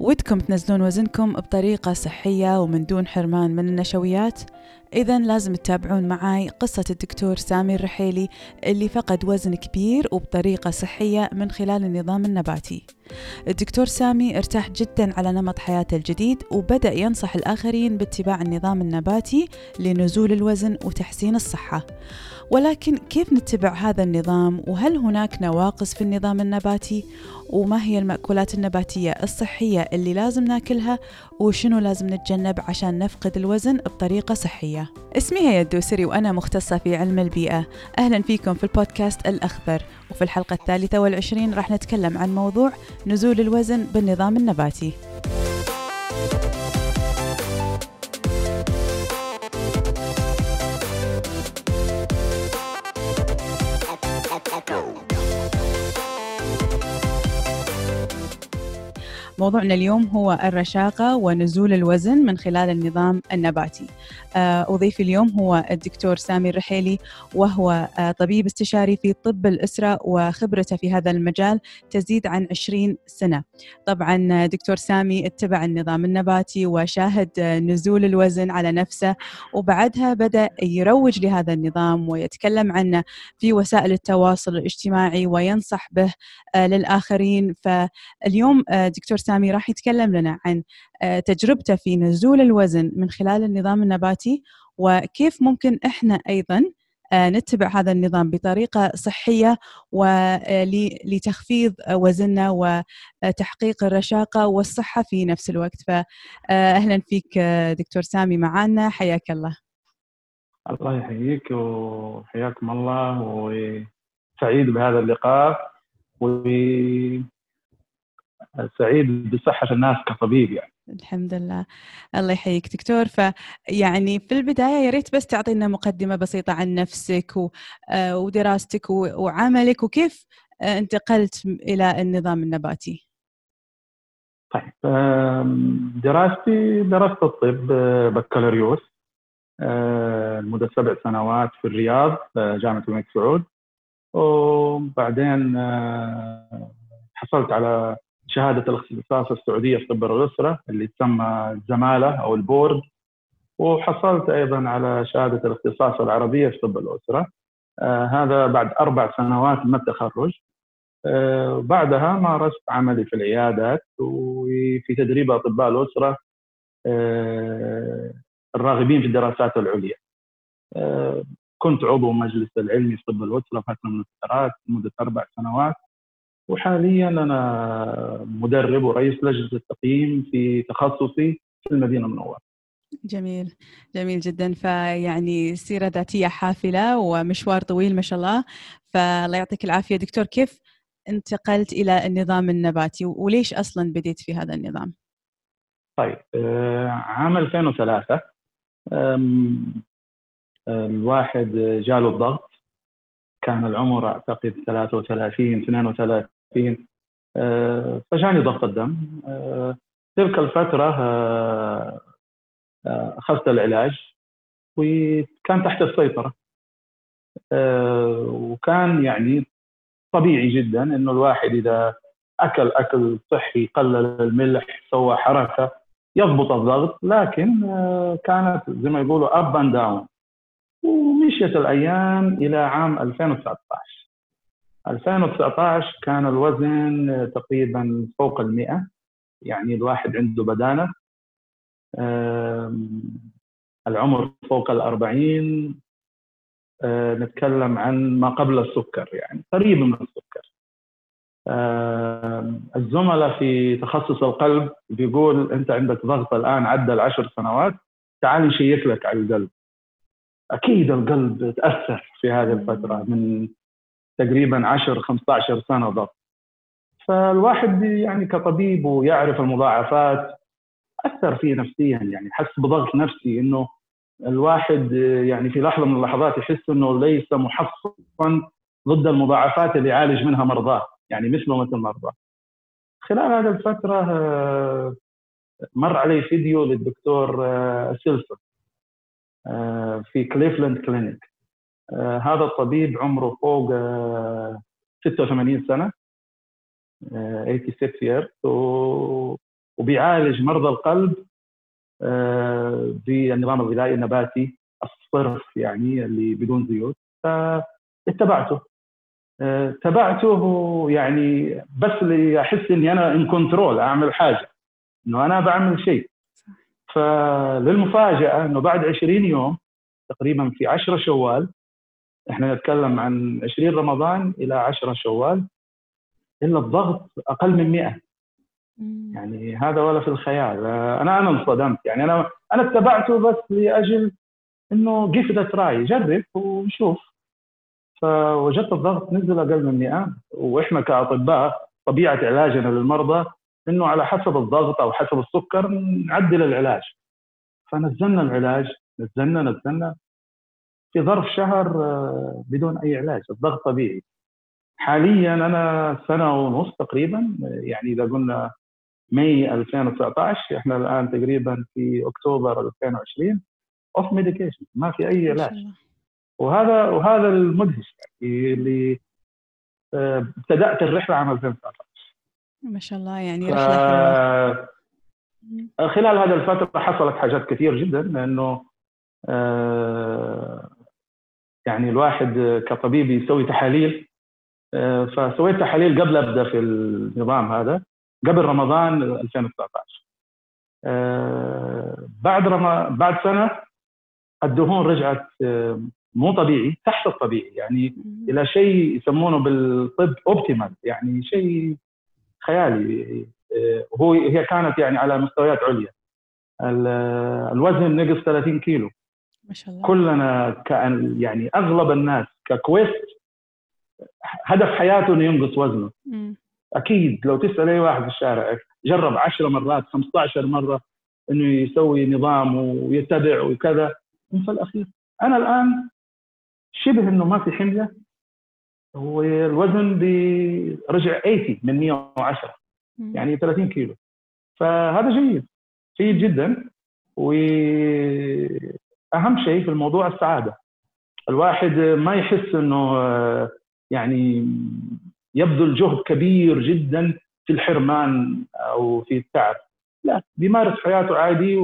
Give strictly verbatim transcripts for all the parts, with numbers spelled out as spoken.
ودكم تنزلون وزنكم بطريقة صحية ومن دون حرمان من النشويات؟ إذن لازم تتابعون معاي قصة الدكتور سامي الرحيلي اللي فقد وزن كبير وبطريقة صحية من خلال النظام النباتي. الدكتور سامي ارتاح جدا على نمط حياته الجديد وبدأ ينصح الآخرين باتباع النظام النباتي لنزول الوزن وتحسين الصحة. ولكن كيف نتبع هذا النظام؟ وهل هناك نواقص في النظام النباتي؟ وما هي المأكولات النباتية الصحية اللي لازم ناكلها؟ وشنو لازم نتجنب عشان نفقد الوزن بطريقة صحية؟ اسمي هي الدوسري وأنا مختصة في علم البيئة. أهلا فيكم في البودكاست الأخضر، وفي الحلقة الثالثة والعشرين راح نتكلم عن موضوع نزول الوزن بالنظام النباتي. موضوعنا اليوم هو الرشاقة ونزول الوزن من خلال النظام النباتي. أضيف اليوم هو الدكتور سامي الرحيلي، وهو طبيب استشاري في طب الأسرة، وخبرته في هذا المجال تزيد عن عشرين سنة. طبعا دكتور سامي اتبع النظام النباتي وشاهد نزول الوزن على نفسه، وبعدها بدأ يروج لهذا النظام ويتكلم عنه في وسائل التواصل الاجتماعي وينصح به للآخرين. فاليوم دكتور سامي راح يتكلم لنا عن تجربته في نزول الوزن من خلال النظام النباتي، وكيف ممكن إحنا أيضاً نتبع هذا النظام بطريقة صحية ولتخفيض وزننا وتحقيق الرشاقة والصحة في نفس الوقت. فأهلا فيك دكتور سامي معنا، حياك الله. الله يحييك وحياكم الله، وسعيد بهذا اللقاء وسعيد بصحة الناس كطبيب يعني. الحمد لله، الله يحييك دكتور. فيعني في البداية يا ريت بس تعطينا مقدمة بسيطة عن نفسك ودراستك وعملك وكيف انتقلت إلى النظام النباتي. طيب، دراستي درست الطب بكالوريوس لمدة سبع سنوات في الرياض، جامعة الملك سعود، وبعدين حصلت على شهادة الاختصاص السعودية في طب الأسرة اللي تسمى الزمالة أو البورد، وحصلت أيضا على شهادة الاختصاص العربية في طب الأسرة، آه هذا بعد أربع سنوات من التخرج. آه بعدها مارست عملي في العيادات وفي تدريب أطباء الأسرة آه الراغبين في الدراسات العليا. آه كنت عضو مجلس العلمي في طب الأسرة فترة من الفترات لمدة أربع سنوات، وحاليا أنا مدرب ورئيس لجنة التقييم في تخصصي في المدينة المنورة. جميل جميل جدا. فيعني سيرة ذاتية حافلة ومشوار طويل ما شاء الله، فالله يعطيك العافية دكتور. كيف انتقلت إلى النظام النباتي وليش أصلا بديت في هذا النظام؟ طيب، عام ألفين وثلاثة الواحد جاله الضغط، كان العمر أعتقد ثلاثة وثلاثين اثنين وثلاثين، فجاني ضغط الدم. تلك الفترة أخذت العلاج وكان تحت السيطرة، وكان يعني طبيعي جدا إنه الواحد إذا أكل أكل صحي، قلل الملح، سوى حركة، يضبط الضغط. لكن كانت زي ما يقولوا up and down. ومشيت الأيام إلى عام ألفين وتسعة عشر. ألفين وتسعة عشر كان الوزن تقريبا فوق المئة، يعني الواحد عنده بدانة، العمر فوق الأربعين، نتكلم عن ما قبل السكر، يعني قريب من السكر. الزملاء في تخصص القلب بيقول أنت عندك ضغط الآن عدى العشر سنوات، تعال نشيك لك على القلب. أكيد القلب تأثر في هذه الفترة من تقريبا عشر خمسة عشر سنة ضغط. فالواحد يعني كطبيب ويعرف المضاعفات أثر فيه نفسيا، يعني حس بضغط نفسي إنه الواحد يعني في لحظة من اللحظات يحس إنه ليس محصنا ضد المضاعفات اللي يعالج منها مرضاه، يعني مثله مثل مرضاه. خلال هذه الفترة مر علي فيديو للدكتور سيلسون في كليفلاند كلينيك. هذا الطبيب عمره فوق ستة وثمانين سنة، ستة وثمانين years، وبيعالج مرضى القلب بالنظام الغذائي النباتي الصرف يعني اللي بدون زيوت. فاتبعته تبعته يعني بس اللي احس اني انا ان كنترول اعمل حاجه، انه انا بعمل شيء. فللمفاجاه انه بعد عشرين يوم تقريبا في عشرة شوال، احنا نتكلم عن عشرين رمضان الى عشرة شوال، الا الضغط اقل من مئة. يعني هذا ولا في الخيال. انا انا انصدمت يعني. انا انا اتبعته بس لاجل انه give it a try، جرب ونشوف. فوجدت الضغط نزل اقل من مئة. واحنا كاطباء طبيعه علاجنا للمرضى انه على حسب الضغط او حسب السكر نعدل العلاج. فنزلنا العلاج، نزلنا نزلنا في ظرف شهر بدون اي علاج، الضغط طبيعي. حاليا انا سنه ونص تقريبا، يعني اذا قلنا ماي ألفين وتسعة عشر، احنا الان تقريبا في اكتوبر ألفين وعشرين، اوف ميديكيشن، ما في اي علاج. وهذا وهذا المدهش يعني، اللي ابتدات الرحله عام ألفين وتسعة عشر. ما شاء الله، يعني رحله حلوه. خلال هذه الفتره حصلت حاجات كثير جدا، لانه يعني الواحد كطبيب يسوي تحاليل. فسويت تحاليل قبل ابدا في النظام هذا، قبل رمضان ألفين وتسعة عشر. بعد رم... بعد سنه الدهون رجعت مو طبيعي، تحت الطبيعي، يعني الى شيء يسمونه بالطب اوبتيمال، يعني شيء خيالي. هو هي كانت يعني على مستويات عليا. الوزن نقص ثلاثين كيلو ما شاء الله. كلنا كان يعني اغلب الناس ككويست هدف حياته انه ينقص وزنه. م. اكيد لو تسال اي واحد في الشارع جرب عشر مرات خمسة عشر مره انه يسوي نظام ويتبع وكذا، في الاخير انا الان شبه انه ما في حميه، والوزن برجع ثمانين من مئة وعشرة، م. يعني ثلاثين كيلو. فهذا جيد جيد جدا. واهم شيء في الموضوع السعاده. الواحد ما يحس انه يعني يبذل جهد كبير جدا في الحرمان او في التعب، لا، بيمارس حياته عادي،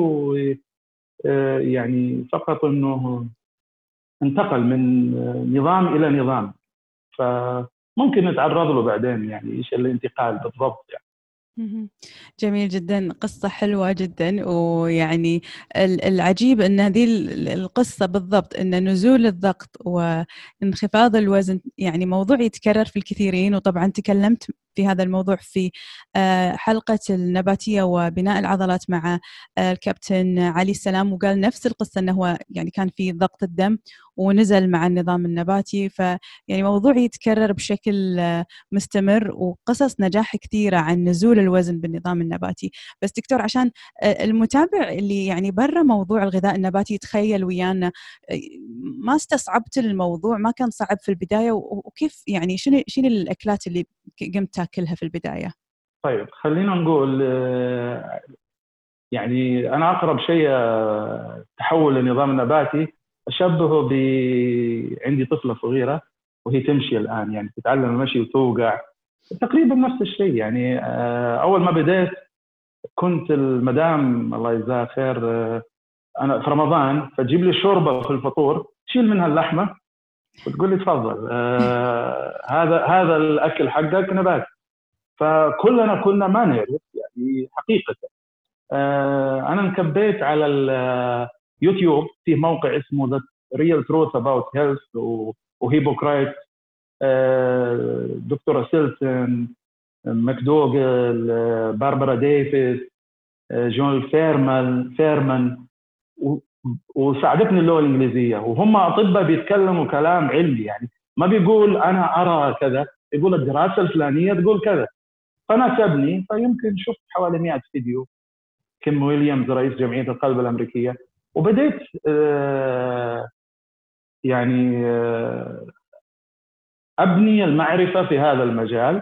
ويعني فقط انه انتقل من نظام الى نظام. فممكن نتعرض له بعدين يعني ايش الانتقال بالضبط يعني. جميل جدا، قصة حلوة جدا. ويعني العجيب أن هذه القصة بالضبط، أن نزول الضغط وانخفاض الوزن يعني موضوع يتكرر في الكثيرين. وطبعا تكلمت في هذا الموضوع في حلقة النباتية وبناء العضلات مع الكابتن علي السلام، وقال نفس القصة أنه هو يعني كان في ضغط الدم ونزل مع النظام النباتي. فيعني موضوع يتكرر بشكل مستمر، وقصص نجاح كثيرة عن نزول الوزن بالنظام النباتي. بس دكتور، عشان المتابع اللي يعني برا موضوع الغذاء النباتي يتخيل ويانا، ما استصعبت الموضوع؟ ما كان صعب في البداية؟ وكيف يعني شنو شنو الأكلات اللي قمت تاكلها في البداية؟ طيب خلينا نقول يعني أنا أقرب شيء تحول للنظام النباتي أشبهه ب عندي طفلة صغيرة وهي تمشي الآن، يعني تتعلم المشي وتوقع، تقريبا نفس الشيء. يعني أول ما بديت كنت المدام الله يجزاها خير أنا في رمضان فتجيب لي شوربة في الفطور، تشيل منها اللحمة وتقول لي تفضل آه هذا هذا الأكل حقك نباتي. فكلنا كنا ما نعرف يعني حقيقة. آه أنا انكبيت على اليوتيوب في موقع اسمه The Real Truth About Health وهيبوكرايت، آه دكتورة سيلتون، ماكدوغل، باربرا ديفيس، جون فيرمان فيرمان وساعدتني اللغة الإنجليزية. وهم أطباء بيتكلموا كلام علمي، يعني ما بيقول أنا أرى كذا، يقول الدراسة الفلانية تقول كذا. فناسبني، فيمكن شفت حوالي مئة فيديو كيم ويليامز رئيس جمعية القلب الأمريكية، وبديت آه يعني آه أبني المعرفة في هذا المجال.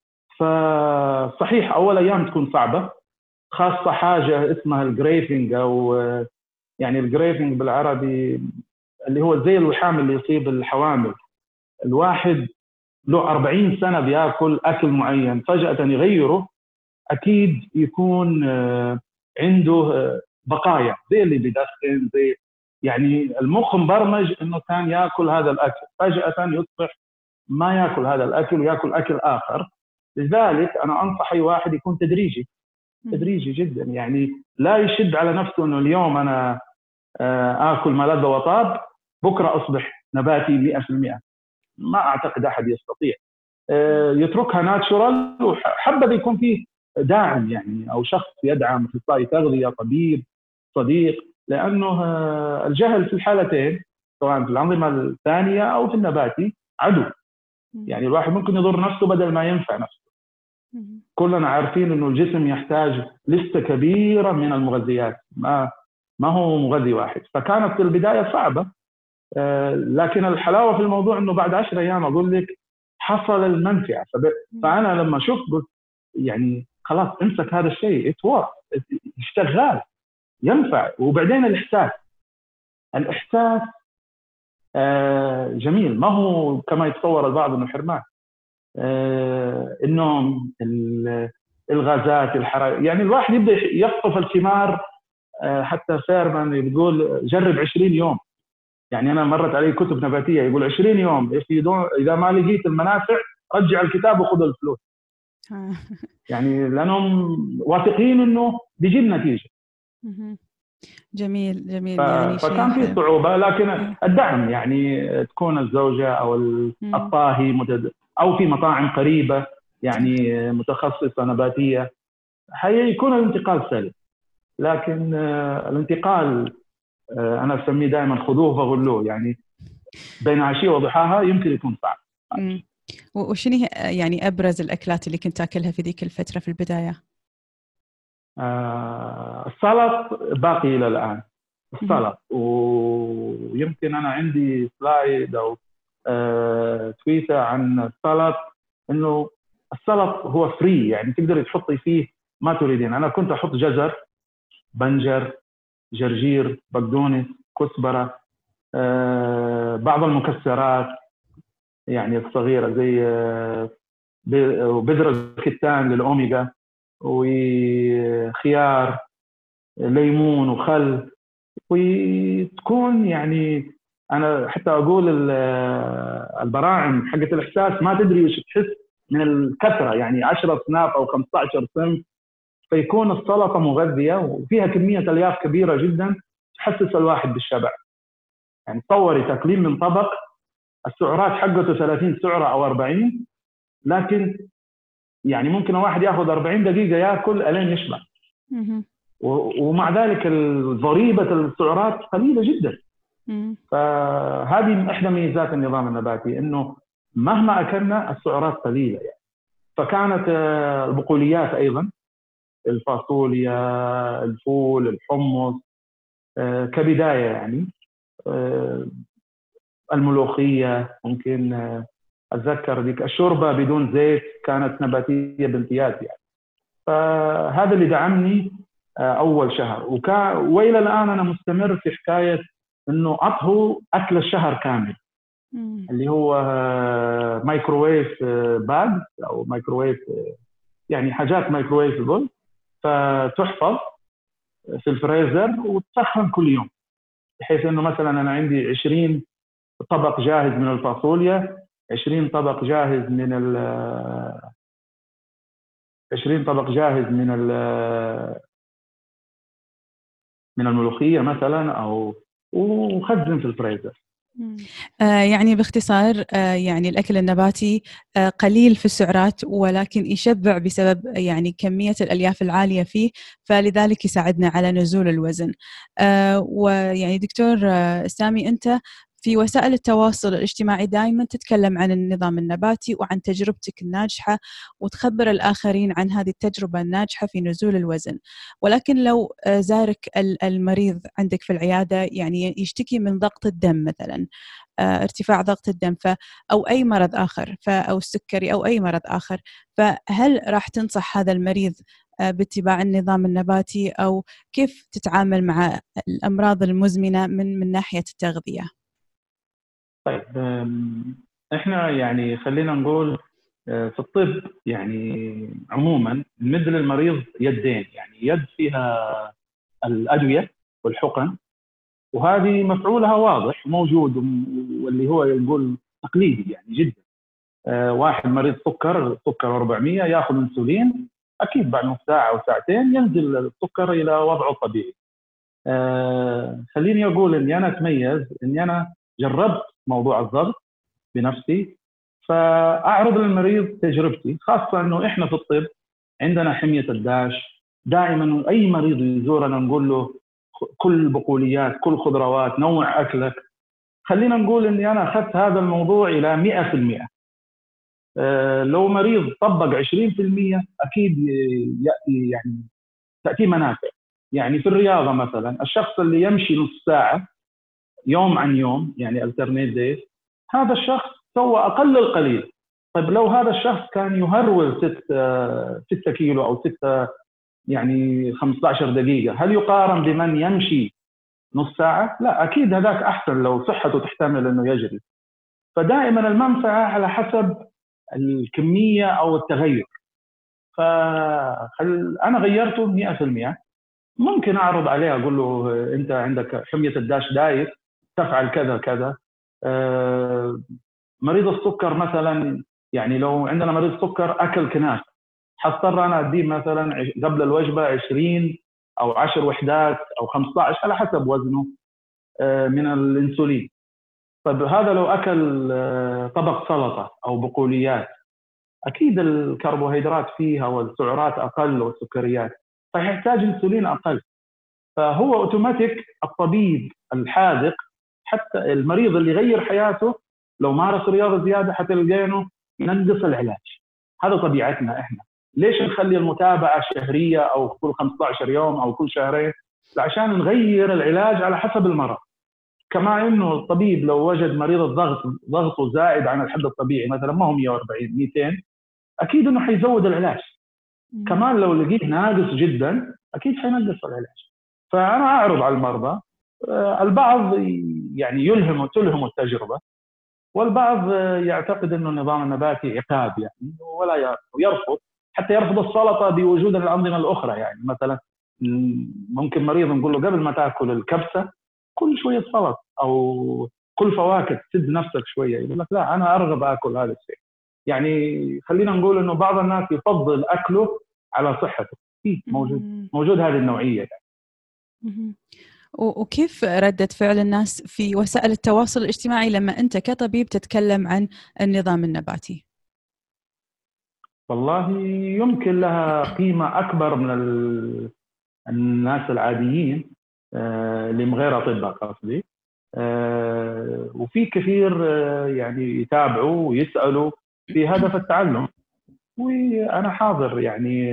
فصحيح أول أيام تكون صعبة، خاصة حاجة اسمها الجريفنج، أو يعني الجريفنج بالعربي اللي هو زي الوحام اللي يصيب الحوامل. الواحد له أربعين سنة بياكل أكل معين، فجأة يغيره اكيد يكون عنده بقايا زي اللي بيدخن، زي يعني المخ مبرمج انه كان ياكل هذا الاكل، فجاه يصبح ما ياكل هذا الاكل وياكل اكل اخر. لذلك انا انصح اي واحد يكون تدريجي تدريجي جدا، يعني لا يشد على نفسه انه اليوم انا اكل ما لذ وطاب بكره اصبح نباتي مئة بالمئة. ما اعتقد احد يستطيع. يتركها ناتشورال، وحبذا يكون فيه داعم يعني او شخص يدعم، اخصائي تغذيه، طبيب، صديق، لانه الجهل في الحالتين سواء في الانظمه الثانيه او في النباتي عدو. يعني الواحد ممكن يضر نفسه بدل ما ينفع نفسه. كلنا عارفين انه الجسم يحتاج لسته كبيره من المغذيات، ما ما هو مغذي واحد. فكانت البدايه صعبه، لكن الحلاوه في الموضوع انه بعد عشر ايام اقول لك حصل المنفعه. فانا لما شفت قلت يعني خلاص امسك هذا الشيء، اتورك، اشتغل، ينفع. وبعدين الاحساس الاحساس آه جميل، ما هو كما يتصور البعض انه حرمان. آه انه الغازات الحراريه، يعني الواحد يبدا يقطف الثمار. آه حتى فيرمان بيقول جرب عشرين يوم. يعني انا مرت علي كتب نباتيه يقول عشرين يوم، اذا ما لقيت المنافع رجع الكتاب وخذ الفلوس. يعني لانهم واثقين انه بيجيب نتيجه. جميل جميل. ف... يعني فكان في صعوبه، لكن الدعم يعني تكون الزوجه او الطاهي متد... او في مطاعم قريبه يعني متخصصه نباتيه، حيكون الانتقال سهل. لكن الانتقال انا اسميه دائما خذوه فغلوه، يعني بين عشيه وضحاها يمكن يكون صعب. وشنو يعني ابرز الاكلات اللي كنت تاكلها في ذيك الفتره في البدايه؟ آه السلط باقي الى الان، السلط. ويمكن انا عندي سلايد او آه تويتر عن السلط، انه السلط هو فري، يعني تقدري تحطي فيه ما تريدين. انا كنت احط جزر، بنجر، جرجير، بقدونس، كزبره، آه بعض المكسرات يعني الصغيره زي آه بذر الكتان للاوميجا، وخيار، ليمون وخل. وتكون يعني انا حتى اقول البراعم حقت الاحساس ما تدري وش تحس من الكثره، يعني عشرة اصناف او خمسة عشر صنف. فيكون السلطه مغذيه وفيها كميه الياف كبيره جدا تحسس الواحد بالشبع. يعني تصوري تاكلين من طبق السعرات حقته ثلاثين سعره او أربعين، لكن يعني ممكن الواحد ياخذ أربعين دقيقه ياكل الين يشبع. ومع ذلك ضريبه السعرات قليله جدا. فهذه احدى ميزات النظام النباتي، انه مهما اكلنا السعرات قليله يعني. فكانت البقوليات ايضا، الفاصوليا، الفول، الحمص كبدايه يعني. الملوخيه ممكن اتذكر ذيك الشوربه بدون زيت كانت نباتيه بامتياز يعني. فهذا اللي دعمني اول شهر، وكا والى الان انا مستمر في حكايه انه اطهو اكل الشهر كامل. مم. اللي هو مايكروويف باج او مايكروويف، يعني حاجات مايكروويفبل، فتحفظ في الفريزر وتسخن كل يوم، بحيث انه مثلا انا عندي عشرين طبق جاهز من الفاصوليا، عشرين طبق جاهز من ال عشرين طبق جاهز من ال من الملوخيه مثلا، او وخزن في الفريزر. آه يعني باختصار آه يعني الأكل النباتي آه قليل في السعرات، ولكن يشبع بسبب يعني كمية الألياف العالية فيه، فلذلك يساعدنا على نزول الوزن. آه ويعني دكتور آه سامي، أنت في وسائل التواصل الاجتماعي دائما تتكلم عن النظام النباتي وعن تجربتك الناجحة، وتخبر الآخرين عن هذه التجربة الناجحة في نزول الوزن. ولكن لو زارك المريض عندك في العيادة يعني يشتكي من ضغط الدم مثلا، ارتفاع ضغط الدم ف أو أي مرض آخر ف أو السكري أو أي مرض آخر، فهل راح تنصح هذا المريض باتباع النظام النباتي، أو كيف تتعامل مع الأمراض المزمنة من من ناحية التغذية؟ طيب احنا يعني خلينا نقول في الطب يعني عموما نمد للمريض يدين، يعني يد فيها الأدوية والحقن، وهذه مفعولها واضح موجود، واللي هو يقول تقليدي يعني جدا. آه واحد مريض سكر سكر أربعمية ياخذ انسولين، اكيد بعد نص ساعه او ساعتين ينزل السكر الى وضعه الطبيعي. آه خليني اقول اني انا اتميز اني انا جربت موضوع الضغط بنفسي، فاعرض للمريض تجربتي، خاصه انه احنا في الطب عندنا حميه الداش. دائما اي مريض يزورنا نقول له كل بقوليات، كل خضروات، نوع اكلك. خلينا نقول اني انا اخذت هذا الموضوع الى مئة في المئة. أه لو مريض طبق عشرين في المئة اكيد ياتي يعني تاتي منافع. يعني في الرياضه مثلا الشخص اللي يمشي نص ساعه يوم عن يوم، يعني alternate days، هذا الشخص سوى اقل القليل. طيب لو هذا الشخص كان يهرول ستة كيلو او ستة يعني خمسة عشر دقيقه، هل يقارن بمن يمشي نص ساعه؟ لا، اكيد هذاك احسن لو صحته تحتمل انه يجري. فدائما المنفعه على حسب الكميه او التغير. فانا غيرته مئة في المئة. ممكن اعرض عليه اقول له انت عندك حميه الداش دايت، تفعل كذا كذا. آه مريض السكر مثلا، يعني لو عندنا مريض سكر اكل كناس، حضطر انا اديه مثلا قبل الوجبه عشرين او عشر وحدات او خمسة عشر على حسب وزنه آه من الانسولين. طيب هذا لو اكل آه طبق سلطه او بقوليات، اكيد الكربوهيدرات فيها والسعرات اقل والسكريات، فيحتاج انسولين اقل. فهو اوتوماتيك الطبيب الحاذق، حتى المريض اللي يغير حياته لو مارس رياضه زياده حتلقينه ينقص العلاج. هذا طبيعتنا احنا. ليش نخلي المتابعه شهريه او كل خمسة عشر يوم او كل شهرين؟ عشان نغير العلاج على حسب المرض. كما انه الطبيب لو وجد مريض الضغط ضغطه زائد عن الحد الطبيعي، مثلا ما هو مئة وأربعين مئتين، اكيد انه حيزود العلاج. كمان لو لقيت ناقص جدا اكيد حينقص العلاج. فانا اعرض على المرضى. البعض يعني يلهم تلهم التجربه، والبعض يعتقد انه النظام النباتي عقاب يعني، ولا يرفض، حتى يرفض السلطه بوجود الانظمه الاخرى. يعني مثلا ممكن مريض نقول له قبل ما تاكل الكبسه كل شويه سلطه او كل فواكه، تسد نفسك شويه. يقول لك لا، انا ارغب اكل هذا الشيء. يعني خلينا نقول انه بعض الناس يفضل اكله على صحته. موجود موجود هذه النوعيه يعني. وكيف ردة فعل الناس في وسائل التواصل الاجتماعي لما أنت كطبيب تتكلم عن النظام النباتي؟ والله يمكن لها قيمة أكبر من الناس العاديين اللي من غير أطباء قصدي. وفي كثير يعني يتابعوا ويسألوا في هدف التعلم، وأنا حاضر. يعني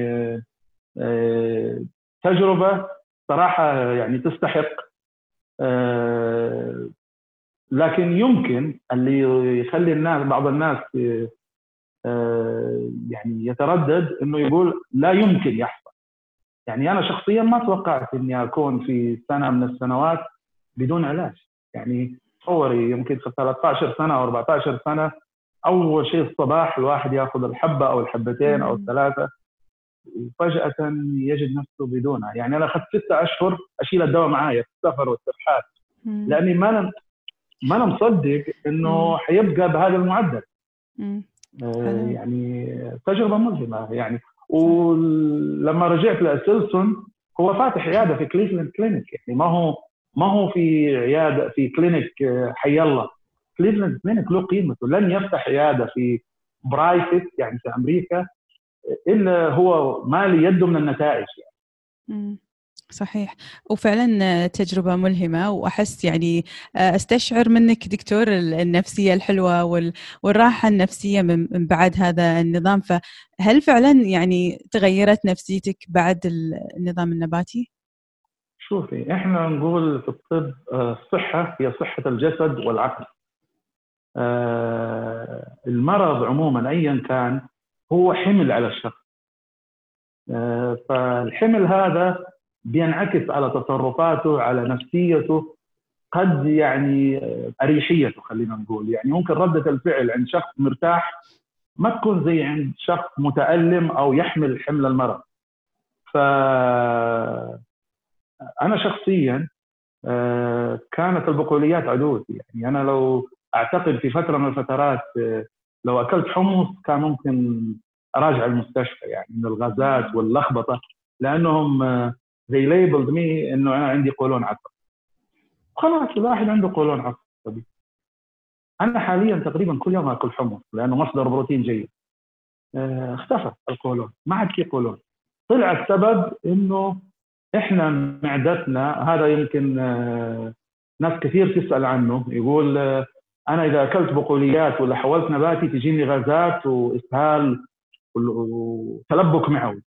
تجربة صراحة يعني تستحق. آه لكن يمكن اللي يخلي الناس بعض الناس آه يعني يتردد انه يقول لا يمكن يحصل. يعني انا شخصيا ما توقعت اني اكون في سنة من السنوات بدون علاج. يعني تصوري يمكن في ثلاثة عشر سنة او أربعة عشر سنة اول شيء الصباح الواحد ياخذ الحبة او الحبتين او الثلاثة، وفجأة يجد نفسه بدونها. يعني أنا أخذت ستة أشهر أشيل الدواء معايا في السفر والترحال، لأني ما أنا ما أنا مصدق إنه حيبقى بهذا المعدل. آه يعني تجربة ملهمة يعني. ولما رجعت لأسلسون، هو فاتح عيادة في كليفلاند كلينيك، يعني ما هو ما هو في عيادة في كلينيك حي الله. كليفلاند كلينيك له قيمته. لن يفتح عيادة في برايفت يعني في أمريكا إلا هو ما لي يده من النتائج يعني. صحيح، وفعلا تجربة ملهمة. وأحس يعني أستشعر منك دكتور النفسية الحلوة والراحة النفسية من بعد هذا النظام. فهل فعلا يعني تغيرت نفسيتك بعد النظام النباتي؟ شوفي، إحنا نقول في الطب الصحة هي صحة الجسد والعقل. المرض عموما أيا كان هو حمل على الشخص. فالحمل هذا بينعكس على تصرفاته، على نفسيته، قد يعني أريحيته. خلينا نقول يعني ممكن ردة الفعل عند شخص مرتاح ما تكون زي عند شخص متألم أو يحمل حمل المرض. فأنا شخصيا كانت البقوليات عدوتي. يعني أنا لو أعتقد في فترة من الفترات لو أكلت حمص كان ممكن أراجع المستشفى، يعني من الغازات واللخبطة، لأنهم زي ليبلد مي إنه أنا عندي قولون عصبي. خلاص الواحد عنده قولون عصبي. أنا حاليا تقريبا كل يوم أكل حمص لأنه مصدر بروتين جيد. اختفى القولون، ما عاد في قولون. طلع السبب إنه إحنا معدتنا، هذا يمكن ناس كثير تسأل عنه، يقول أنا إذا أكلت بقوليات ولا حولت نباتي تجيني غازات وإسهال وتلبك معوي.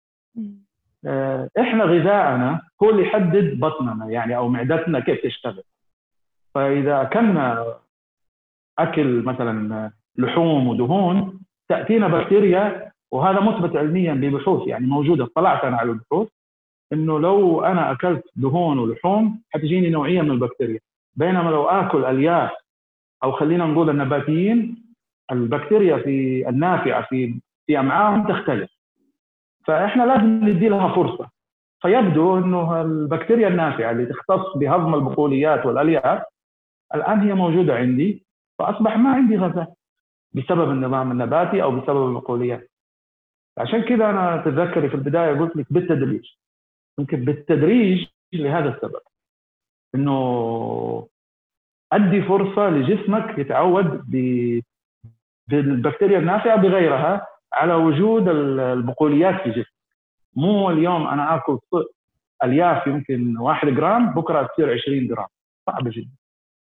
إحنا غذاءنا هو اللي يحدد بطننا يعني أو معدتنا كيف تشتغل. فإذا أكلنا أكل مثلا لحوم ودهون تأتينا بكتيريا، وهذا مثبت علميا ببحوث يعني موجودة، طلعت أنا على البحوث إنه لو أنا أكلت دهون ولحوم حتجيني نوعية من البكتيريا، بينما لو آكل ألياف أو خلينا نقول النباتيين البكتيريا في النافعة في في أمعائهم تختلف. فإحنا لازم ندي لها فرصة. فيبدو إنه البكتيريا النافعة اللي تختص بهضم البقوليات والألياف الآن هي موجودة عندي، فأصبح ما عندي غازات بسبب النظام النباتي أو بسبب البقوليات. عشان كده أنا تذكري في البداية قلت لك بالتدريج، يمكن بالتدريج لهذا السبب، إنه أدي فرصة لجسمك يتعود بالبكتيريا النافعة بغيرها على وجود البقوليات في جسمك. مو اليوم أنا آكل ألياف يمكن واحد جرام بكرة تصير عشرين جرام، صعب جدا.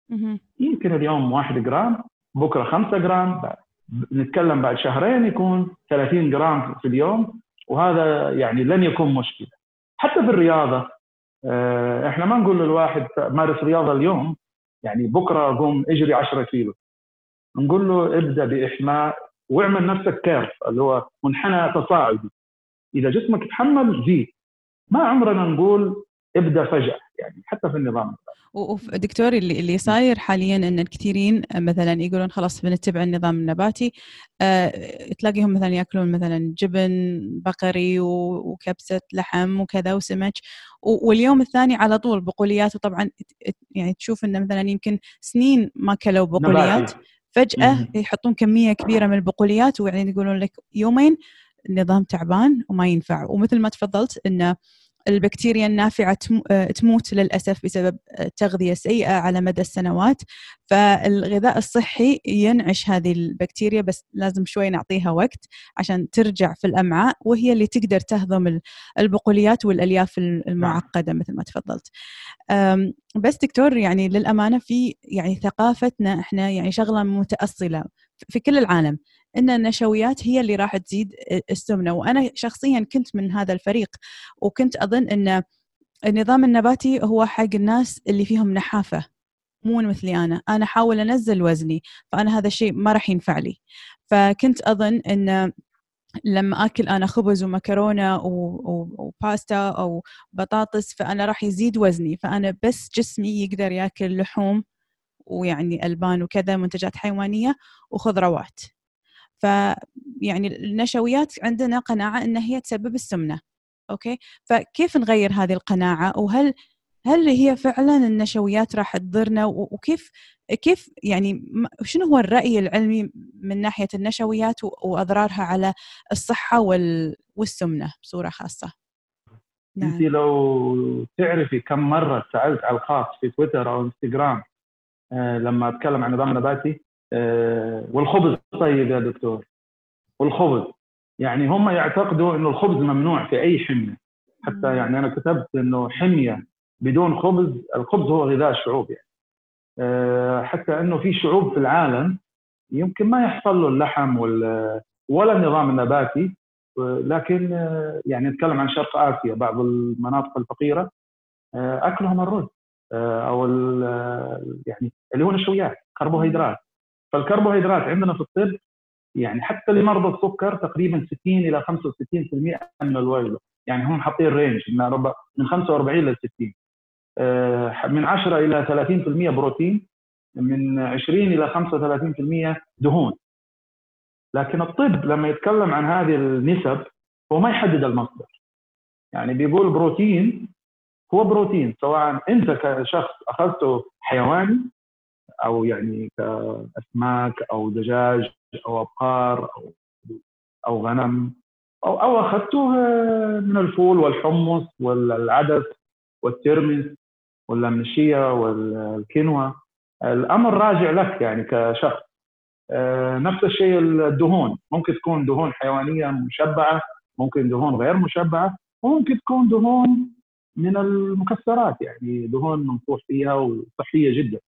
يمكن اليوم واحد جرام بكرة خمسة جرام، نتكلم بعد شهرين يكون ثلاثين جرام في اليوم، وهذا يعني لن يكون مشكلة. حتى في الرياضة احنا ما نقول للواحد مارس رياضة اليوم يعني بكرة قوم اجري عشرة كيلو، نقول له ابدأ بإحماء واعمل نفسك كيرف اللي هو منحنى تصاعدي، إذا جسمك يتحمل زيد. ما عمرنا نقول ابدأ فجأة يعني حتى في النظام. ودكتور اللي اللي صاير حاليا ان الكثيرين مثلا يقولون خلاص بنتبع النظام النباتي، أه تلاقيهم مثلا ياكلون مثلا جبن بقري وكبسه لحم وكذا وسمك، واليوم الثاني على طول بقوليات. وطبعا يعني تشوف انه مثلا يمكن سنين ما كلوا بقوليات، فجأة يحطون كمية كبيرة من البقوليات ويعني يقولون لك يومين النظام تعبان وما ينفع. ومثل ما تفضلت إن البكتيريا النافعة تموت للأسف بسبب تغذية سيئة على مدى السنوات. فالغذاء الصحي ينعش هذه البكتيريا، بس لازم شوي نعطيها وقت عشان ترجع في الأمعاء وهي اللي تقدر تهضم البقوليات والألياف المعقدة مثل ما تفضلت. بس دكتور يعني للأمانة في يعني ثقافتنا إحنا يعني شغلة متأصلة في كل العالم إن النشويات هي اللي راح تزيد السمنة، وأنا شخصياً كنت من هذا الفريق، وكنت أظن إن النظام النباتي هو حق الناس اللي فيهم نحافة، مو مثلي أنا أنا حاول أنزل وزني، فأنا هذا الشيء ما راح ينفع لي. فكنت أظن إن لما أكل أنا خبز ومكرونة وباستا أو بطاطس فأنا راح يزيد وزني، فأنا بس جسمي يقدر يأكل لحوم ويعني ألبان وكذا منتجات حيوانية وخضروات. فيعني النشويات عندنا قناعة أن هي تسبب السمنة. أوكي، فكيف نغير هذه القناعة؟ وهل هل هي فعلا النشويات راح تضرنا؟ وكيف كيف يعني شنو هو الرأي العلمي من ناحية النشويات وأضرارها على الصحة والسمنة بصورة خاصة؟ نعم. أنت لو تعرفي كم مرة سألت على الخاص في تويتر أو انستغرام آه لما أتكلم عن نظام نباتي آه والخبز. طيب يا دكتور، والخبز يعني هم يعتقدوا إنه الخبز ممنوع في أي حمية. حتى يعني أنا كتبت إنه حمية بدون خبز، الخبز هو غذاء الشعوب يعني. أه حتى إنه في شعوب في العالم يمكن ما يحصل له اللحم ولا النظام النباتي، لكن يعني نتكلم عن شرق آسيا، بعض المناطق الفقيرة أه أكلهم الرز أه أو يعني اللي هو نشويات كربوهيدرات. فالكربوهيدرات عندنا في الطب يعني حتى لمرضى السكر تقريبا ستين إلى خمسة وستين بالمئة من الوجبة، يعني هم حاطين رينج من خمسة وأربعين إلى ستين، من عشرة إلى ثلاثين بالمئة بروتين، من عشرين إلى خمسة وثلاثين بالمئة دهون. لكن الطب لما يتكلم عن هذه النسب هو ما يحدد المصدر. يعني بيقول بروتين هو بروتين، سواء انت كشخص اخذته حيواني او يعني كاسماك او دجاج او ابقار او او غنم، او او اخذته من الفول والحمص والعدس والترمس ولا من الشيا والكينوا. الامر راجع لك يعني كشخص. نفس الشيء الدهون، ممكن تكون دهون حيوانيه مشبعه، ممكن دهون غير مشبعه، وممكن تكون دهون من المكسرات، يعني دهون منصوص فيها وصحيه جدا.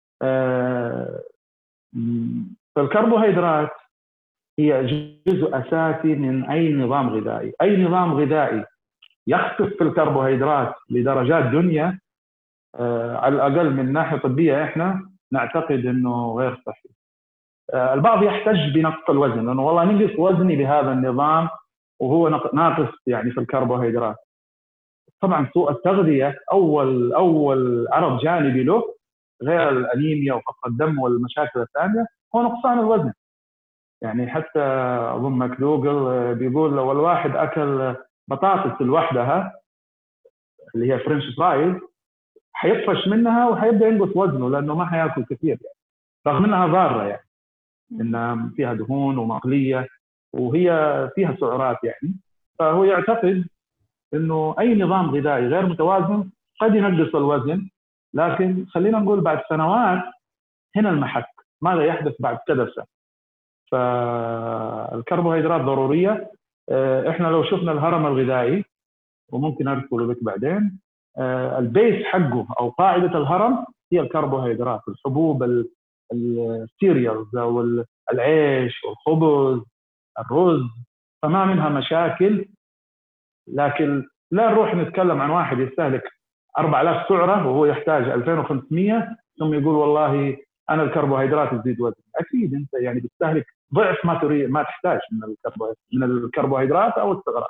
فالكربوهيدرات هي جزء اساسي من اي نظام غذائي. اي نظام غذائي يخفف في الكربوهيدرات لدرجات دنيا على الاقل من ناحيه طبيه احنا نعتقد انه غير صحي. البعض يحتج بنقص الوزن، لانه والله نقص وزني بهذا النظام وهو ناقص يعني في الكربوهيدرات. طبعا سوء التغذيه اول اول عرض جانبي له غير الانيميا وفقر الدم والمشاكل الثانيه هو نقصان الوزن. يعني حتى اظن ماكدوغل بيقول لو الواحد اكل بطاطس لوحدها اللي هي فرنش فرايز حيطفش منها وحيبدا ينقص وزنه، لانه ما حياكل كثير يعني، رغم انها ضاره يعني انها فيها دهون ومقليه وهي فيها سعرات يعني. فهو يعتقد انه اي نظام غذائي غير متوازن قد ينقص الوزن، لكن خلينا نقول بعد سنوات هنا المحك، ماذا يحدث بعد كذا سنه. فالكربوهيدرات ضروريه. احنا لو شفنا الهرم الغذائي وممكن ارسله لك بعدين، البيس حقه او قاعده الهرم هي الكربوهيدرات، الحبوب، السيريالز او العيش والخبز الرز، فما منها مشاكل. لكن لا نروح نتكلم عن واحد يستهلك أربعة آلاف سعره وهو يحتاج ألفين وخمسمية ثم يقول والله انا الكربوهيدرات تزيد وزن. اكيد انت يعني بتستهلك ضعف ما تريد ما تحتاج من الكربوهيدرات من الكربوهيدرات او السعرات.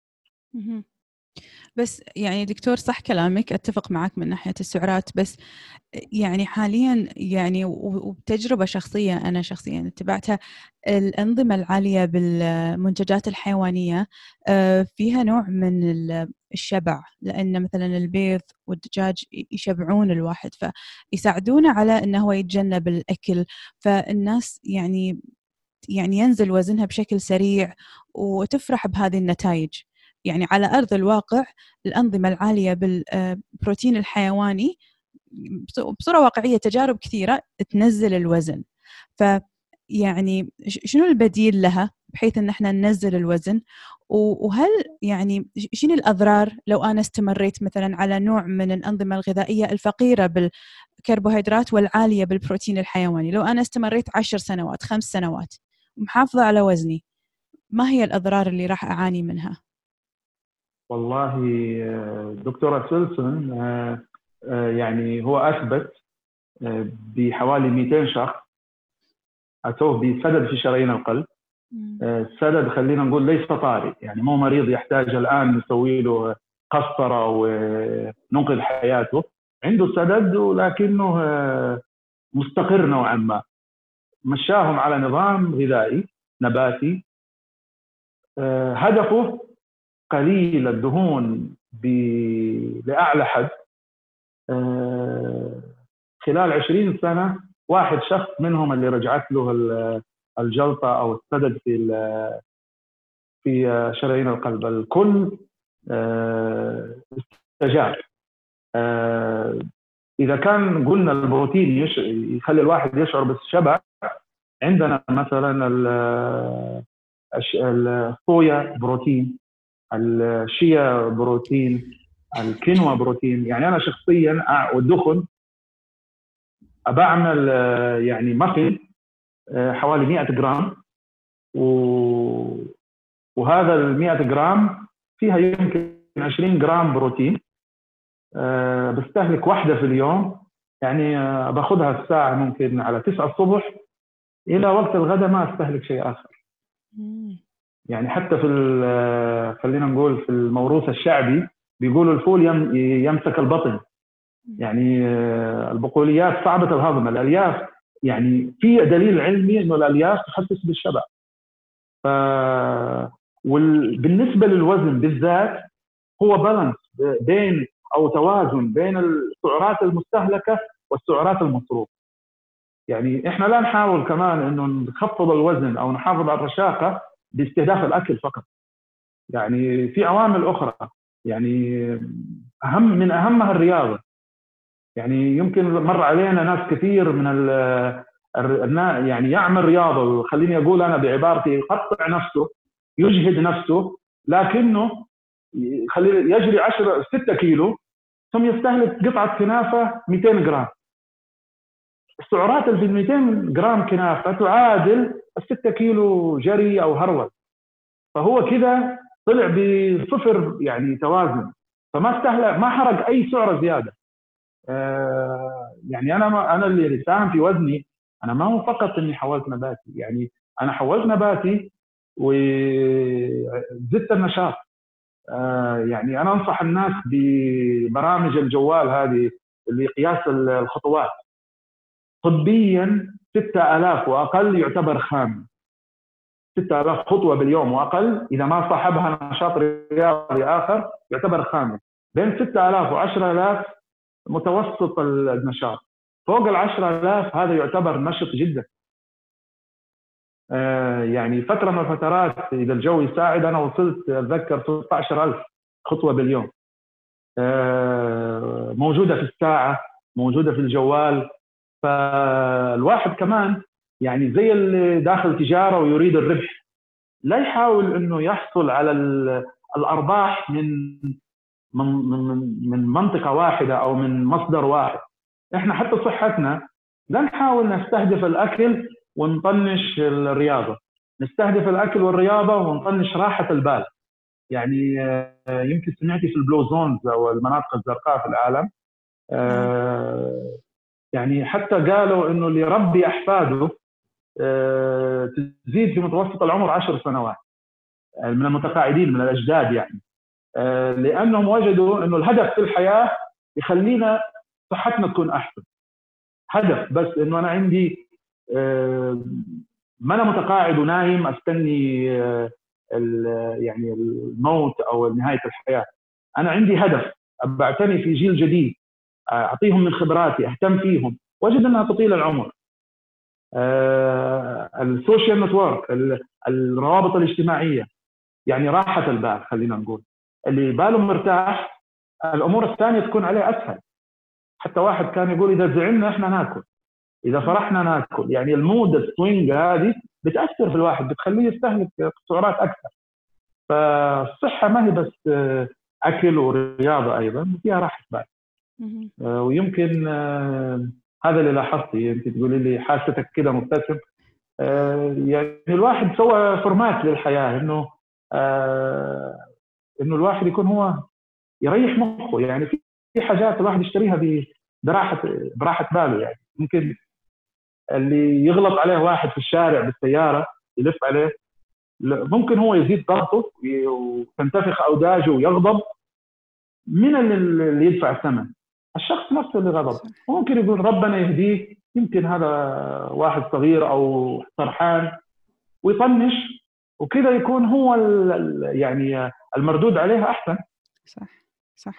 بس يعني دكتور صح كلامك، اتفق معك من ناحيه السعرات، بس يعني حاليا يعني وبتجربه شخصيه انا شخصيا اتبعتها، الانظمه العاليه بالمنتجات الحيوانيه فيها نوع من الشبع، لان مثلا البيض والدجاج يشبعون الواحد فيساعدونه على انه هو يتجنب الاكل، فالناس يعني يعني ينزل وزنها بشكل سريع وتفرح بهذه النتائج. يعني على أرض الواقع الأنظمة العالية بالبروتين الحيواني بصورة واقعية تجارب كثيرة تنزل الوزن، فيعني شنو البديل لها بحيث أن احنا ننزل الوزن؟ وهل يعني شنو الأضرار لو أنا استمريت مثلا على نوع من الأنظمة الغذائية الفقيرة بالكربوهيدرات والعالية بالبروتين الحيواني، لو أنا استمريت عشر سنوات خمس سنوات محافظة على وزني، ما هي الأضرار اللي راح أعاني منها؟ والله دكتورة سيلسون يعني هو أثبت بحوالي مئتين شخص أتوه بسدد في شرايين القلب. السدد خلينا نقول ليس طارئ، يعني مو مريض يحتاج الآن نسوي له قسطرة وننقذ حياته، عنده سدد ولكنه مستقر نوعا ما. مشاهم على نظام غذائي نباتي هدفه قليل الدهون لأعلى حد. خلال عشرين سنة واحد شخص منهم اللي رجعت له الجلطة أو السدد في في شرايين القلب، الكل استجاب. إذا كان قلنا البروتين يخلي الواحد يشعر بالشبع، عندنا مثلا الصويا بروتين، الشيا بروتين، الكينوا بروتين. يعني أنا شخصيا والدخن بعمل يعني مافين حوالي مئة جرام، وهذا المئة جرام فيها يمكن عشرين جرام بروتين. بستهلك واحدة في اليوم، يعني باخذها الساعة ممكن على تسعة الصبح إلى وقت الغداء ما استهلك شيء آخر. يعني حتى في خلينا نقول في الموروث الشعبي بيقولوا الفول يمسك البطن، يعني البقوليات صعبة الهضم. الألياف يعني في دليل علمي إنه الألياف تحسس بالشبع، ف وبالنسبة للوزن بالذات هو بالانس بين أو توازن بين السعرات المستهلكة والسعرات المصروفة. يعني إحنا لا نحاول كمان إنه نخفض الوزن أو نحافظ على الرشاقة باستهداف الأكل فقط. يعني في عوامل أخرى، يعني أهم من أهمها الرياضة. يعني يمكن مر علينا ناس كثير من ال يعني يعمل رياضة، وخليني أقول أنا بعبارتي يقطع نفسه يجهد نفسه، لكنه خلي يجري عشرة ستة كيلو ثم يستهلك قطعة كنافة مئتين جرام. السعرات اللي في مئتين جرام كنافة تعادل الستة كيلو جري أو هرول، فهو كده طلع بصفر يعني توازن، فما استهلك ما حرق أي سعرة زيادة. آه يعني أنا ما أنا اللي ساهم في وزني أنا ما هو فقط إني حولت نباتي، يعني أنا حولت نباتي وزدت النشاط. آه يعني أنا أنصح الناس ببرامج الجوال هذه اللي قياس الخطوات. طبيا ستة آلاف وأقل يعتبر خام، ستة آلاف خطوة باليوم وأقل إذا ما صاحبها نشاط رياضي آخر يعتبر خام. بين ستة آلاف وعشرة آلاف متوسط النشاط، فوق العشرة آلاف هذا يعتبر نشط جدا. آه يعني فترة من الفترات إذا الجو يساعد أنا وصلت أتذكر ستة عشر ألف خطوة باليوم. آه موجودة في الساعة، موجودة في الجوال. فالواحد كمان يعني زي اللي داخل تجارة ويريد الربح، لا يحاول إنه يحصل على الأرباح من من من من منطقة واحدة أو من مصدر واحد. إحنا حتى صحتنا لا نحاول نستهدف الأكل ونطنش الرياضة، نستهدف الأكل والرياضة ونطنش راحة البال. يعني يمكن سمعتي في البلو زونز أو المناطق الزرقاء في العالم، يعني حتى قالوا إنه اللي يربي أحفاده تزيد في متوسط العمر عشر سنوات من المتقاعدين من الأجداد، يعني لأنهم وجدوا إنه الهدف في الحياة يخلينا صحتنا تكون أحسن. هدف بس إنه أنا عندي ما أنا متقاعد ونايم أستني يعني الموت أو نهاية الحياة. أنا عندي هدف، بعتني في جيل جديد، أعطيهم من خبراتي، أهتم فيهم، وجد أنها تطيل العمر. السوشيال نتورك، الروابط الاجتماعية، يعني راحة البال. خلينا نقول اللي باله مرتاح الأمور الثانية تكون عليه أسهل. حتى واحد كان يقول إذا زعلنا إحنا ناكل، إذا فرحنا ناكل. يعني المود السوينج هذه بتأثر في الواحد، بتخليه يستهلك سعرات أكثر. فالصحة ما هي بس أكل ورياضة، أيضا فيها راحة بال. ويمكن هذا اللي لاحظتي أنت تقولي لي حاستك كده مبتسم. يعني الواحد سوى فورمات للحياة، إنه إنه الواحد يكون هو يريح مخه. يعني في حاجات الواحد يشتريها براحة براحة باله. يعني ممكن اللي يغلط عليه واحد في الشارع بالسيارة يلف عليه، ممكن هو يزيد ضغطه وتنتفخ أوداجه ويغضب من اللي يدفع الثمن، الشخص نفسه اللي غضب. ممكن يقول ربنا يهديه، يمكن هذا واحد صغير أو فرحان ويطنش، وكذا يكون هو يعني المردود عليها أحسن. صح صح.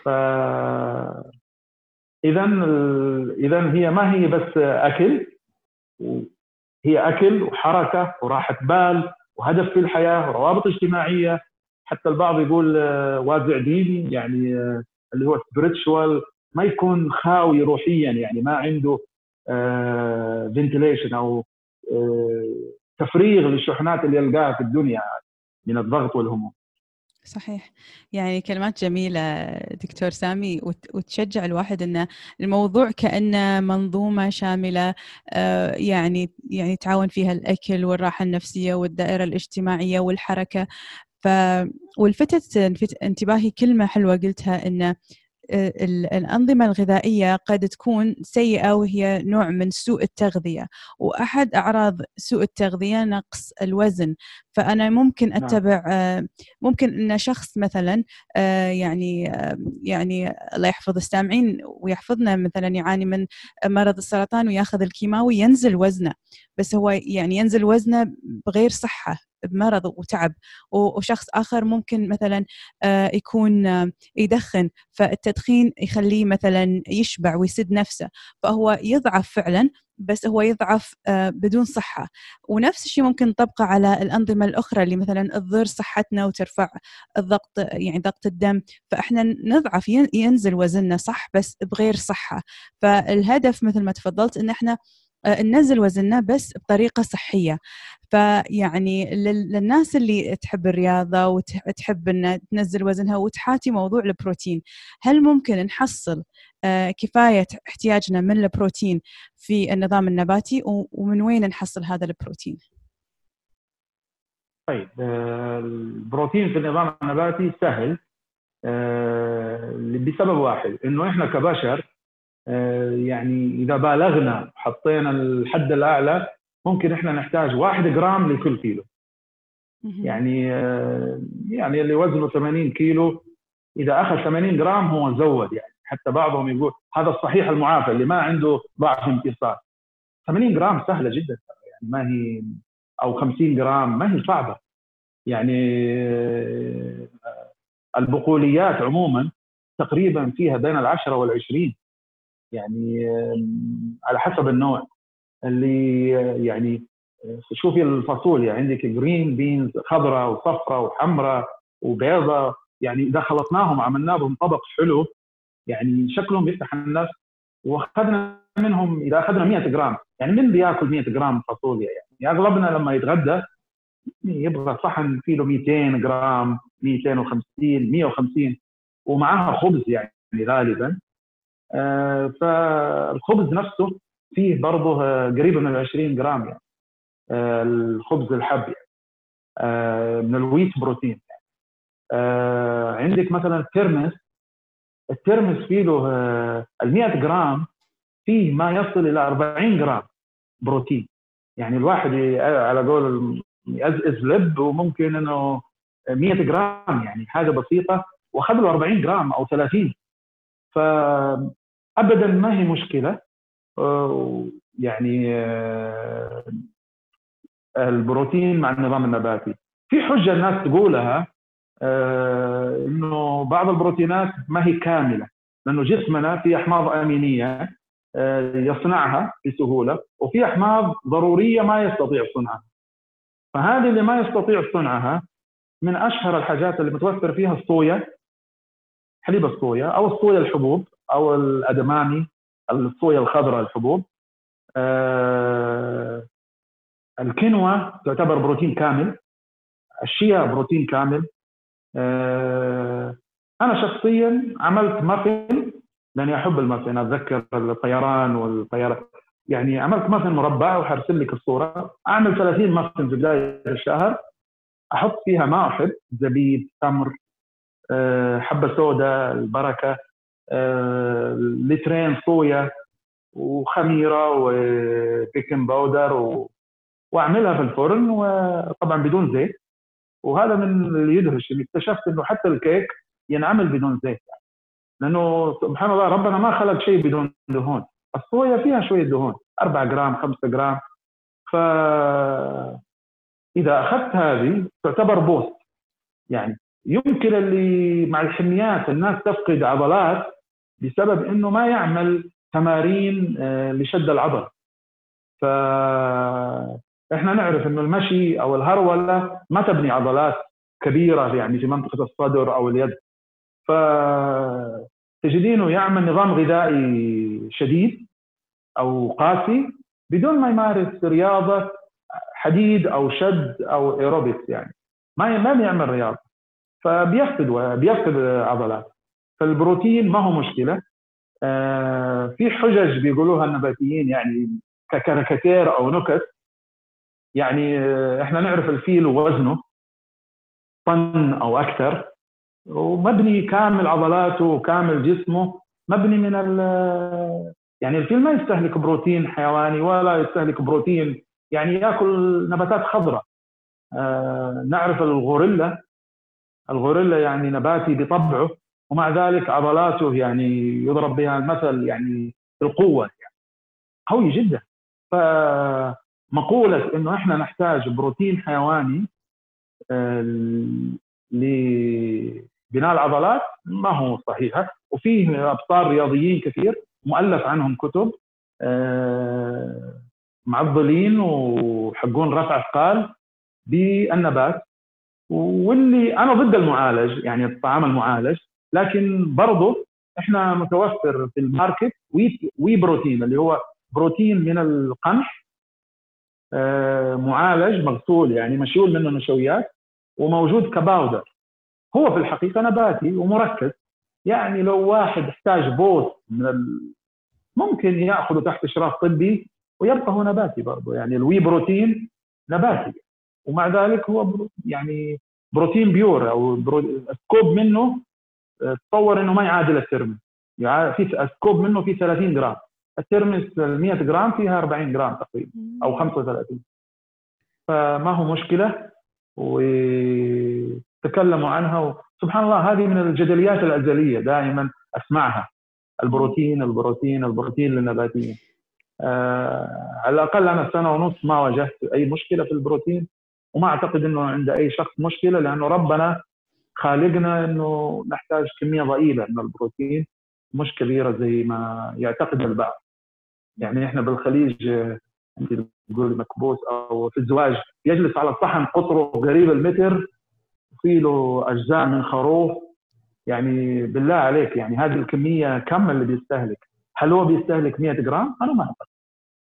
إذا إذا هي ما هي بس أكل، هي أكل وحركة وراحة بال وهدف في الحياة وروابط اجتماعية. حتى البعض يقول وازع ديني، يعني اللي هو spiritual، ما يكون خاوي روحيا، يعني ما عنده ventilation أو تفريغ للشحنات اللي يلقاها في الدنيا من الضغط والهموم. صحيح. يعني كلمات جميلة دكتور سامي، وتشجع الواحد أن الموضوع كأنه منظومة شاملة، يعني يعني تعاون فيها الأكل والراحة النفسية والدائرة الاجتماعية والحركة. ف والفتت انتباهي كلمة حلوة قلتها، أن الأنظمة الغذائية قد تكون سيئة وهي نوع من سوء التغذية، وأحد أعراض سوء التغذية نقص الوزن. فأنا ممكن أتبع ممكن أن شخص مثلا يعني يعني الله يحفظ السامعين ويحفظنا، مثلا يعاني من مرض السرطان ويأخذ الكيماوي ينزل وزنه، بس هو يعني ينزل وزنه بغير صحة، بمرض وتعب. وشخص آخر ممكن مثلا يكون يدخن، فالتدخين يخليه مثلا يشبع ويسد نفسه، فهو يضعف فعلا، بس هو يضعف بدون صحة. ونفس الشيء ممكن نطبقه على الأنظمة الأخرى اللي مثلا تضر صحتنا وترفع الضغط، يعني ضغط الدم، فإحنا نضعف، ينزل وزننا صح بس بغير صحة. فالهدف مثل ما تفضلت إن إحنا ننزل وزننا بس بطريقة صحية. فيعني للناس اللي تحب الرياضة وتحب أن تنزل وزنها وتحاتي موضوع البروتين، هل ممكن نحصل كفاية احتياجنا من البروتين في النظام النباتي، ومن وين نحصل هذا البروتين؟ طيب، البروتين في النظام النباتي سهل بسبب واحد، إنه إحنا كبشر يعني إذا بالغنا حطينا الحد الأعلى ممكن إحنا نحتاج واحد جرام لكل كيلو. يعني يعني اللي وزنه ثمانين كيلو إذا أخذ ثمانين جرام هو زود. يعني حتى بعضهم يقول هذا الصحيح المعافى اللي ما عنده ضعف امتصاص. ثمانين جرام سهلة جدا، يعني ما هي، أو خمسين جرام ما هي صعبة. يعني البقوليات عموما تقريبا فيها بين العشرة والعشرين، يعني على حسب النوع. اللي يعني شوفي الفاصوليا، عندك جرين بينز خضراء وصفراء وحمراء وبيضاء، يعني إذا خلطناهم عملنا بهم طبق حلو يعني شكلهم يفتح النفس. واخذنا منهم، إذا أخذنا مئة جرام، يعني من بياكل مئة جرام فاصوليا؟ يعني أغلبنا لما يتغدى يبغى صحن فيه له مئتين جرام، مئتين وخمسين، مئة وخمسين، ومعها خبز يعني غالبا. آه فالخبز نفسه فيه برضه آه قريبه من عشرين جرام، يعني آه الخبز الحب يعني آه من الويت بروتين يعني. آه عندك مثلا الترمس، الترمس فيه له آه المئة جرام فيه ما يصل إلى أربعين جرام بروتين. يعني الواحد على قول يأزئز لب وممكن إنه مئة جرام، يعني حاجة بسيطة، وأخذ له أربعين جرام أو ثلاثين. فأبدا ما هي مشكلة. يعني البروتين مع النظام النباتي. في حجة الناس تقولها إنه بعض البروتينات ما هي كاملة، لأنه جسمنا في أحماض أمينية يصنعها بسهولة، وفي أحماض ضرورية ما يستطيع صنعها. فهذه اللي ما يستطيع صنعها من أشهر الحاجات اللي متوفر فيها الصويا، حليب الصويا، أو الصويا الحبوب، أو الأدمامي، الصويا الخضراء الحبوب. آه الكينوا تعتبر بروتين كامل، الشيا بروتين كامل. آه أنا شخصيا عملت مافين لأني أحب المافين، أتذكر الطيران والطيارة، يعني عملت مافين مربع وحرسل لك الصورة. أعمل ثلاثين مافين في بداية الشهر، أحط فيها ما أحب، زبيب، تمر، أه حبة سوداء، البركة، أه لترين صويا وخميرة وبيكنج باودر و... وأعملها في الفرن، وطبعا بدون زيت. وهذا من اللي يدهش، اللي اكتشفت إنه حتى الكيك ينعمل بدون زيت، يعني لأنه سبحان الله ربنا ما خلق شيء بدون دهون. الصويا فيها شوية دهون، أربعة جرام، خمسة جرام. فإذا أخذت هذه تعتبر بوست. يعني يمكن اللي مع الحميات الناس تفقد عضلات بسبب إنه ما يعمل تمارين لشد العضل. فإحنا نعرف إنه المشي أو الهرولة ما تبني عضلات كبيرة يعني في منطقة الصدر أو اليد. فتجدينه يعمل نظام غذائي شديد أو قاسي بدون ما يمارس رياضة حديد أو شد أو ايروبكس، يعني ما ما بيعمل رياضة، فبيفقد بيفقد عضلات. فالبروتين ما هو مشكلة. آه في حجج بيقولوها النباتيين يعني ككاريكاتير أو نكت. يعني آه إحنا نعرف الفيل ووزنه طن أو أكثر، ومبني كامل عضلاته وكامل جسمه مبني من ال يعني الفيل ما يستهلك بروتين حيواني ولا يستهلك بروتين، يعني يأكل نباتات خضراء. آه نعرف الغوريلا، الغوريلا يعني نباتي بطبعه، ومع ذلك عضلاته يعني يضرب بها المثل يعني القوة، يعني قوي جدا. مقولة إنه إحنا نحتاج بروتين حيواني لبناء العضلات ما هو صحيحة، وفيه أبطال رياضيين كثير مؤلف عنهم كتب معضلين وحقون رفع أثقال بالنبات. واللي أنا ضد المعالج، يعني الطعام المعالج، لكن برضو إحنا متوفر في الماركت وي بروتين اللي هو بروتين من القمح معالج مغسول، يعني مشيول منه نشويات وموجود كباودر. هو في الحقيقة نباتي ومركز، يعني لو واحد احتاج بوث من ال... ممكن يأخذه تحت إشراف طبي ويبقى هو نباتي برضه. يعني الوي بروتين نباتي، ومع ذلك هو برو... يعني بروتين بيور أو برو... سكوب منه تصور إنه ما يعادل الترمس. يعني في سكوب منه فيه ثلاثين جرام، الترمس مئة جرام فيها أربعين جرام تقريبا أو خمسة وثلاثين. فما هو مشكلة، وتكلموا عنها. سبحان الله، هذه من الجدليات الأزلية دائما أسمعها، البروتين البروتين البروتين للنباتيين. آه على الأقل أنا سنة ونص ما واجهت أي مشكلة في البروتين، وما أعتقد أنه عند أي شخص مشكلة، لأنه ربنا خالقنا أنه نحتاج كمية ضئيلة من البروتين، مش كبيرة زي ما يعتقد البعض. يعني إحنا بالخليج أنت تقول مكبوس أو في الزواج يجلس على الصحن قطره قريب المتر وفي له أجزاء من خروف. يعني بالله عليك، يعني هذه الكمية كم اللي بيستهلك؟ هل هو بيستهلك مئة جرام؟ أنا ما أعتقد.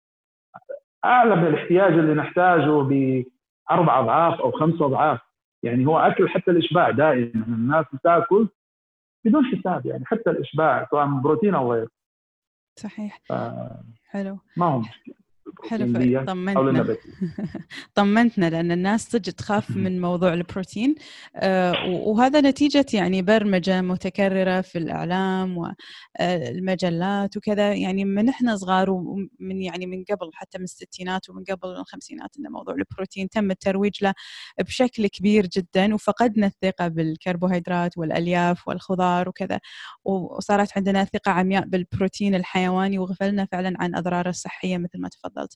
أعلى من الاحتياج اللي نحتاجه بأربع أضعاف أو خمسة أضعاف. يعني هو أكل حتى الإشباع دائما، الناس بتاكل بدون حساب، يعني حتى الإشباع سواء بروتين أو غيره. صحيح. ف... حلو. ما هو مشكلة. حلو، طمنتنا طمنتنا لأن الناس صدق تخاف من موضوع البروتين، آه وهذا نتيجة يعني برمجة متكررة في الإعلام والمجلات وكذا، يعني من إحنا صغار ومن يعني من قبل حتى من الستينات ومن قبل الخمسينات إن موضوع البروتين تم الترويج له بشكل كبير جدا، وفقدنا الثقة بالكربوهيدرات والألياف والخضار وكذا، وصارت عندنا ثقة عمياء بالبروتين الحيواني وغفلنا فعلا عن أضراره الصحية مثل ما تفضلت.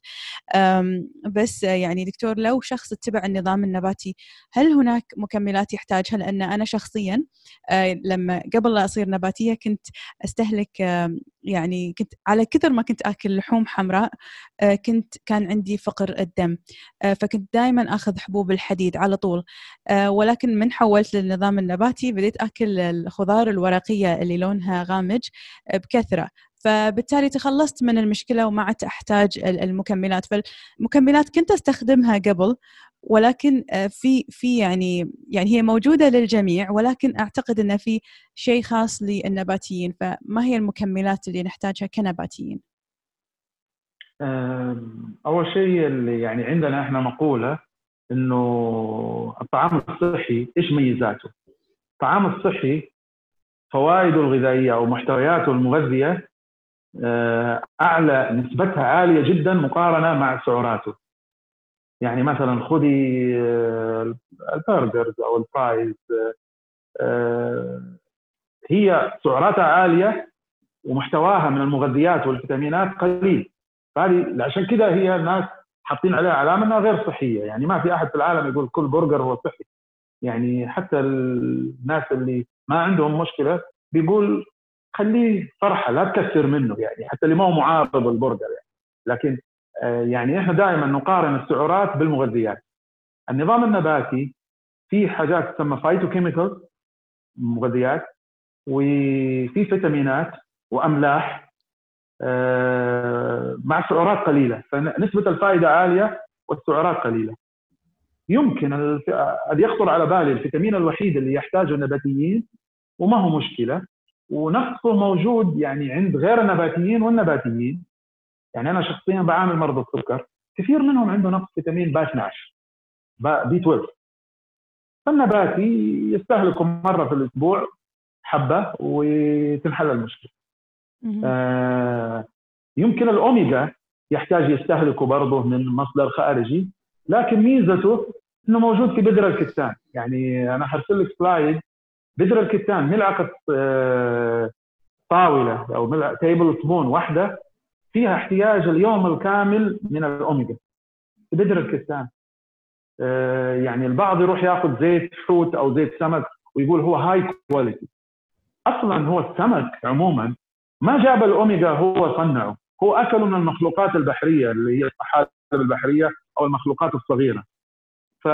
بس يعني دكتور، لو شخص اتبع النظام النباتي هل هناك مكملات يحتاجها؟ لأن أنا شخصيا لما قبل لا أصير نباتية كنت أستهلك، يعني كنت على كثر ما كنت أكل لحوم حمراء كنت كان عندي فقر الدم، فكنت دائما أخذ حبوب الحديد على طول. ولكن من حولت للنظام النباتي بديت أكل الخضار الورقية اللي لونها غامج بكثرة، فبالتالي تخلصت من المشكلة وما عدت أحتاج المكملات. فالمكملات كنت أستخدمها قبل، ولكن في في يعني يعني هي موجودة للجميع، ولكن أعتقد أن في شيء خاص للنباتيين. فما هي المكملات اللي نحتاجها كنباتيين؟ أول شيء اللي يعني عندنا إحنا مقولة إنه الطعام الصحي إيش ميزاته؟ الطعام الصحي فوائده الغذائية أو محتوياته المغذية أعلى، نسبتها عالية جدا مقارنة مع سعراته. يعني مثلا خذي البرجرز أو الفرايز، هي سعراتها عالية ومحتواها من المغذيات والفيتامينات قليل، فهذه عشان كده هي الناس حاطين عليها علامة أنها غير صحية. يعني ما في أحد في العالم يقول كل برجر هو صحي، يعني حتى الناس اللي ما عندهم مشكلة بيقول خليه فرحة لا تكثر منه، يعني حتى اللي ما هو معارض البرجر يعني. لكن يعني احنا دائما نقارن السعرات بالمغذيات. النظام النباتي فيه حاجات تسمى فايتوكيميكال مغذيات، وفي فيتامينات واملاح مع سعرات قليله، فنسبه الفائده عاليه والسعرات قليله. يمكن أن يخطر على بالي الفيتامين الوحيد اللي يحتاجه النباتيين وما هو مشكله، ونقصه موجود يعني عند غير النباتيين والنباتيين. يعني أنا شخصيا بعامل مرضى السكر كثير منهم عنده نقص فيتامين ب اثني عشر بي اثني عشر، فالنباتي يستهلكه مرة في الأسبوع حبة وتنحل المشكلة. آه يمكن الأوميجا يحتاج يستهلكه برضه من مصدر خارجي، لكن ميزته إنه موجود في بذر الكتان. يعني أنا هرسل لك سلايد بذر الكتان، ملعقة آه طاولة أو تيبل سبون واحدة فيها احتياج اليوم الكامل من الأوميجا. في بذر الكتان. آه يعني البعض يروح ياخذ زيت حوت او زيت سمك ويقول هو هاي كواليتي. اصلا هو السمك عموما ما جاب الاوميجا هو صنعه، هو اكله من المخلوقات البحريه اللي هي الطحالب البحريه او المخلوقات الصغيره. ف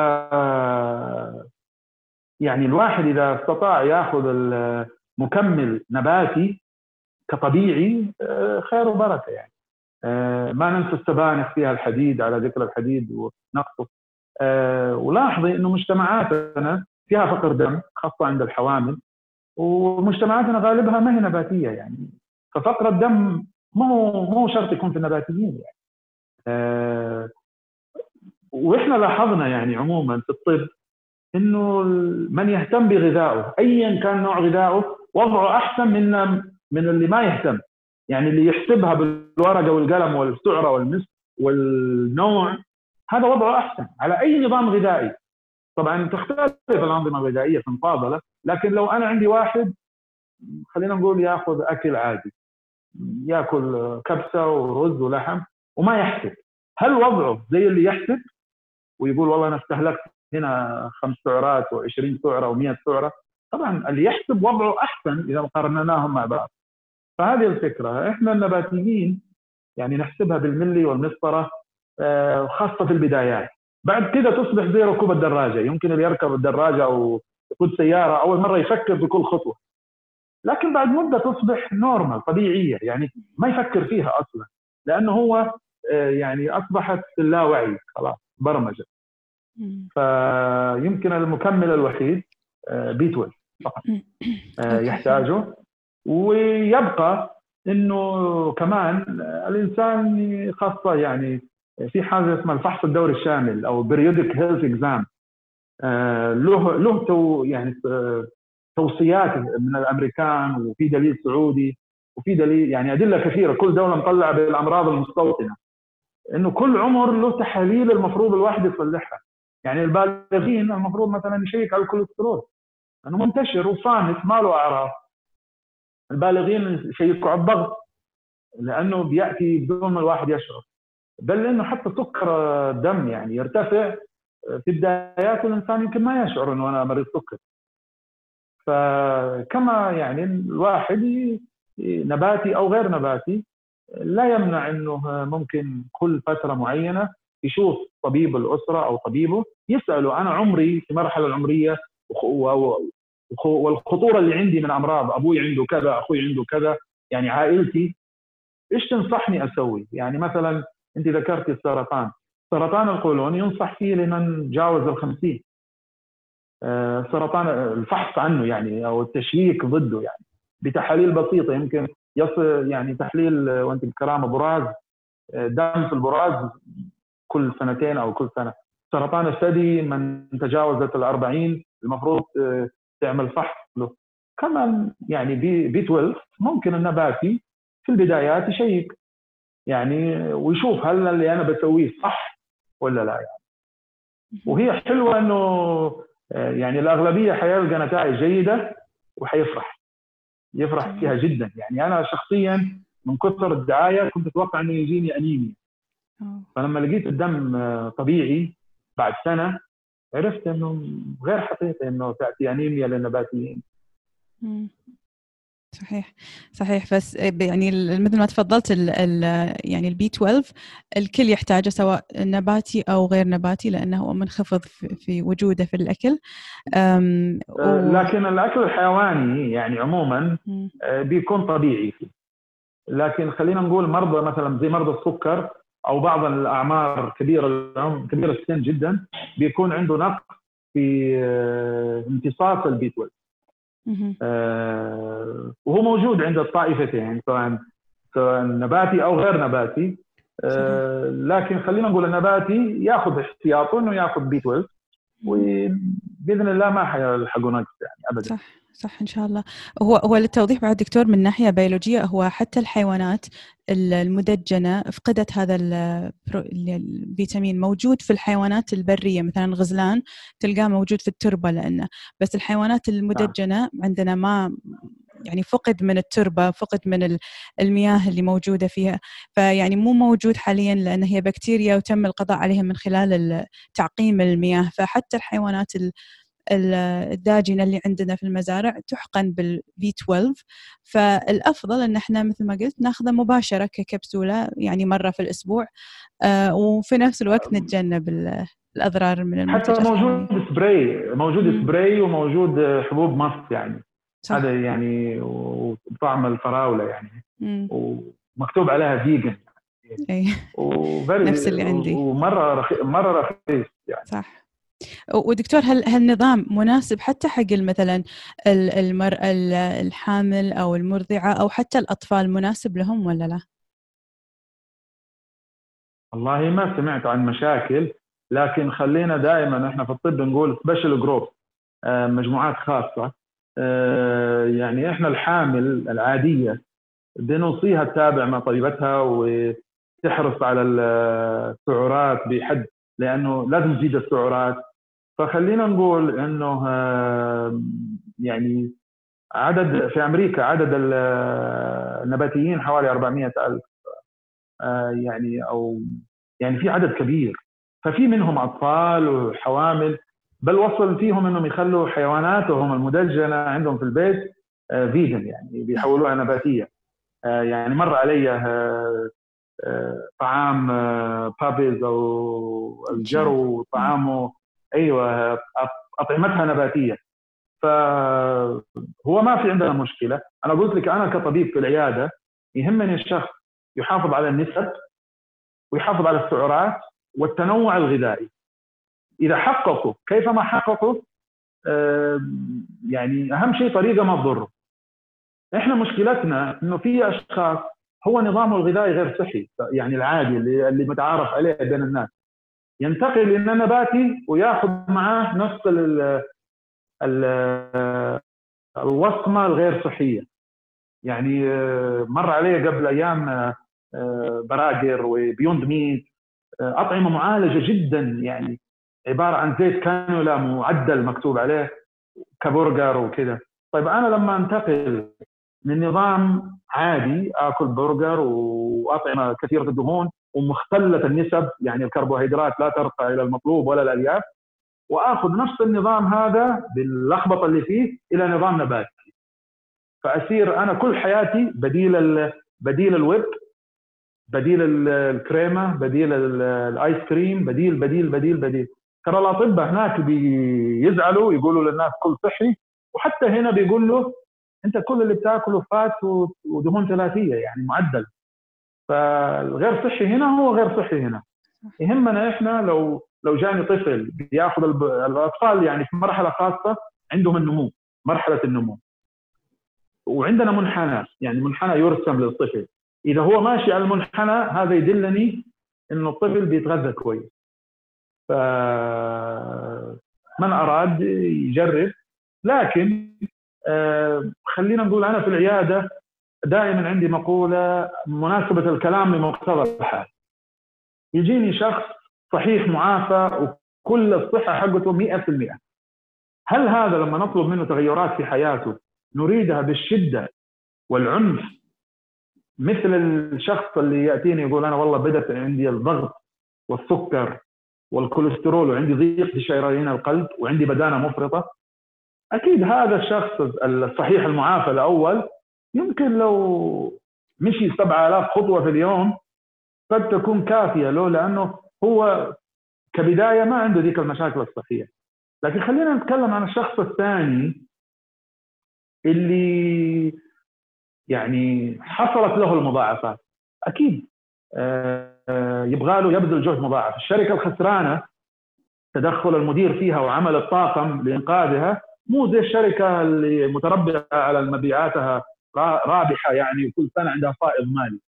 يعني الواحد اذا استطاع ياخذ المكمل نباتي كطبيعي خير وبركه يعني. ما ننسى السبانخ فيها الحديد، على ذكر الحديد ونقصه. ولاحظي انه مجتمعاتنا فيها فقر دم خاصه عند الحوامل، ومجتمعاتنا غالبها ما هي نباتيه يعني، ففقر الدم مو مو شرط يكون في النباتيين يعني. أه واحنا لاحظنا يعني عموما في الطب انه من يهتم بغذائه ايا كان نوع غذائه وضعه احسن من من اللي ما يهتم. يعني اللي يحسبها بالورقه والقلم والسعره والمس والنوع هذا وضعه احسن على اي نظام غذائي. طبعا تختلف الانظمه الغذائيه في مفاضله، لكن لو انا عندي واحد خلينا نقول ياخذ اكل عادي، ياكل كبسه ورز ولحم وما يحسب، هل وضعه زي اللي يحسب ويقول والله انا استهلكت هنا خمس سعرات وعشرين سعره ومئة سعره؟ طبعا اللي يحسب وضعه احسن اذا قارناهم مع بعض. فهذه الفكره. احنا النباتيين يعني نحسبها بالملي والمسطره خاصه في البدايات، بعد كده تصبح زي ركوب الدراجه. يمكن اللي يركب الدراجه او يقود سياره اول مره يفكر بكل خطوه، لكن بعد مده تصبح نورمال طبيعيه يعني ما يفكر فيها اصلا، لانه هو يعني اصبحت في اللاوعي خلاص برمجه. فيمكن المكمل الوحيد بي اثنا عشر فقط يحتاجه. ويبقى انه كمان الانسان خاصه يعني في حاجه اسمها الفحص الدوري الشامل او periodic health exam، له له تو يعني توصيات من الامريكان، وفي دليل سعودي، وفي دليل يعني ادله كثيره، كل دوله مطلعه بالامراض المستوطنه، انه كل عمر له تحاليل المفروض الواحد يصلحها. يعني البالغين المفروض مثلا يشيك على الكوليسترول لانه منتشر وصامت ما له اعراض. البالغين يشيكوا على الضغط لانه بياتي بدون ما الواحد يشعر، بل انه حتى سكر الدم يعني يرتفع في بدايات الانسان يمكن ما يشعر انه انا مريض سكر. فكما يعني الواحد نباتي او غير نباتي لا يمنع انه ممكن كل فتره معينه يشوف طبيب الاسره او طبيبه يساله انا عمري في مرحله العمريه والخطوره اللي عندي من امراض، ابوي عنده كذا، اخوي عنده كذا، يعني عائلتي، ايش تنصحني اسوي؟ يعني مثلا انت ذكرتي السرطان، سرطان القولون ينصح فيه لمن جاوز الخمسين. آه سرطان الفحص عنه يعني او التشييك ضده يعني بتحاليل بسيطه، يمكن يصل يعني تحليل وانت بكرامه براز دم في البراز كل سنتين او كل سنه. سرطان الثدي من تجاوزت الأربعين المفروض تعمل فحص له. كمان يعني بي اثنا عشر ممكن النباتي في البدايات يشيك يعني ويشوف هل اللي انا بسويه صح ولا لا يعني. وهي حلوه انه يعني الاغلبيه حيلقى نتائج جيده وحيفرح يفرح فيها جدا. يعني انا شخصيا من كثر الدعايه كنت اتوقع انه يجيني انيميا، فلما لقيت الدم طبيعي بعد سنه عرفت انه غير حقيقي انه تاتي انيميا للنباتيين. صحيح صحيح. بس يعني مثل ما تفضلت ال ال يعني البي اثنا عشر الكل يحتاجه سواء نباتي او غير نباتي لانه هو منخفض في, في وجوده في الاكل. و... لكن الاكل الحيواني يعني عموما بيكون طبيعي فيه. لكن خلينا نقول مرضى مثلا زي مرضى السكر او بعض الاعمار كبيره كبيره السن جدا بيكون عنده نقص في امتصاص البي اثنا عشر. آه وهو موجود عند الطائفتين يعني سواء سواء نباتي او غير نباتي. آه لكن خلينا نقول النباتي ياخذ احتياطه انه ياخذ بي اثنا عشر وباذن الله ما حيلحقوا نقص يعني ابدا. صح صح ان شاء الله. هو هو للتوضيح بعد دكتور من ناحيه بيولوجيه، هو حتى الحيوانات المدجنه فقدت هذا الفيتامين، موجود في الحيوانات البريه مثلا الغزلان تلقاه موجود في التربه لانه، بس الحيوانات المدجنه عندنا ما يعني فقد من التربة، فقد من المياه اللي موجودة فيها، فيعني مو موجود حاليا لأن هي بكتيريا وتم القضاء عليها من خلال تعقيم المياه. فحتى الحيوانات الداجنة اللي عندنا في المزارع تحقن بالبي اثنا عشر، فالأفضل أن احنا مثل ما قلت ناخذه مباشرة ككبسولة يعني مرة في الأسبوع، آه وفي نفس الوقت نتجنب الأضرار من حتى المنتجات موجود الحيوانية. سبراي، موجود مم. سبراي وموجود حبوب مص يعني. صح. هذا يعني وطعم الفراولة يعني. مم. ومكتوب عليها فيجن أي. نفس اللي عندي. ومرة رخيص، مرة رخيص يعني. صح. ودكتور هل هالنظام مناسب حتى حق مثلا المرأة الحامل أو المرضعة أو حتى الأطفال، مناسب لهم ولا لا؟ والله ما سمعت عن مشاكل، لكن خلينا دائما احنا في الطب نقول سبيشال جروب، مجموعات خاصة. يعني احنا الحامل العادية بنوصيها تتابع مع طبيبتها وتحرص على السعرات بحد، لأنه لازم تزيد السعرات. فخلينا نقول انه يعني عدد في امريكا عدد النباتيين حوالي أربعمائة ألف يعني، او يعني في عدد كبير. ففي منهم اطفال وحوامل، بل وصل فيهم انهم يخلوا حيواناتهم المدجنه عندهم في البيت فيجن، يعني بيحولوها نباتيه. يعني مر علي طعام بابيز او الجرو طعامه ايوه اطعمتها نباتيه. فهو ما في عندنا مشكله. انا قلت لك انا كطبيب في العياده يهمني الشخص يحافظ على النسب ويحافظ على السعرات والتنوع الغذائي. اذا حققوا كيفما حققوا يعني اهم شيء طريقه ما تضره. احنا مشكلتنا انه في اشخاص هو نظامه الغذائي غير صحي، يعني العادي اللي اللي متعارف عليه بين الناس، ينتقل الى النباتي وياخذ معاه نفس ال ال الوصمه الغير صحيه. يعني مر علي قبل ايام براجر وبيوند ميت، اطعمه معالجه جدا، يعني عباره عن زيت كانولا معدل مكتوب عليه كبرجر وكذا. طيب انا لما انتقل من نظام عادي اكل برجر واطعمه كثيره الدهون ومختله النسب، يعني الكربوهيدرات لا ترقى الى المطلوب ولا الالياف، واخذ نفس النظام هذا باللخبطه اللي فيه الى نظام نباتي، فاصير انا كل حياتي بديل بديل الويب، بديل الكريمه، بديل الايس كريم، بديل بديل بديل بديل. ترى الاطباء هناك بيزعلوا يقولوا للناس كل صحي، وحتى هنا بيقول له انت كل اللي بتاكله فات ودهون ثلاثيه يعني معدل. فالغير صحي هنا هو غير صحي هنا. يهمنا احنا لو لو جاني طفل بياخذ الب... الاطفال يعني في مرحله خاصه عندهم النمو، مرحله النمو، وعندنا منحنى، يعني منحنى يرسم للطفل. اذا هو ماشي على المنحنى هذا يدلني انه الطفل بيتغذى كويس. ف من اراد يجرب. لكن آه خلينا نقول انا في العياده دائما عندي مقوله مناسبه الكلام لمقتضى الحال. يجيني شخص صحيح معافى وكل الصحه حقته مئة بالمئة، هل هذا لما نطلب منه تغيرات في حياته نريدها بالشده والعنف مثل الشخص اللي ياتيني يقول انا والله بدت عندي الضغط والسكر والكوليسترول وعندي ضيق في شرايين القلب وعندي بدانه مفرطه؟ اكيد هذا الشخص الصحيح المعافى الاول يمكن لو مشي سبعة آلاف خطوه في اليوم قد تكون كافيه له، لانه هو كبدايه ما عنده ذيك المشاكل الصحيه. لكن خلينا نتكلم عن الشخص الثاني اللي يعني حصلت له المضاعفات. اكيد يبغى له يبذل جهد مضاعف. الشركه الخسرانه تدخل المدير فيها وعمل الطاقم لانقاذها مو زي الشركه اللي متربعه على مبيعاتها رابحه يعني وكل سنه عندها فائض مالي.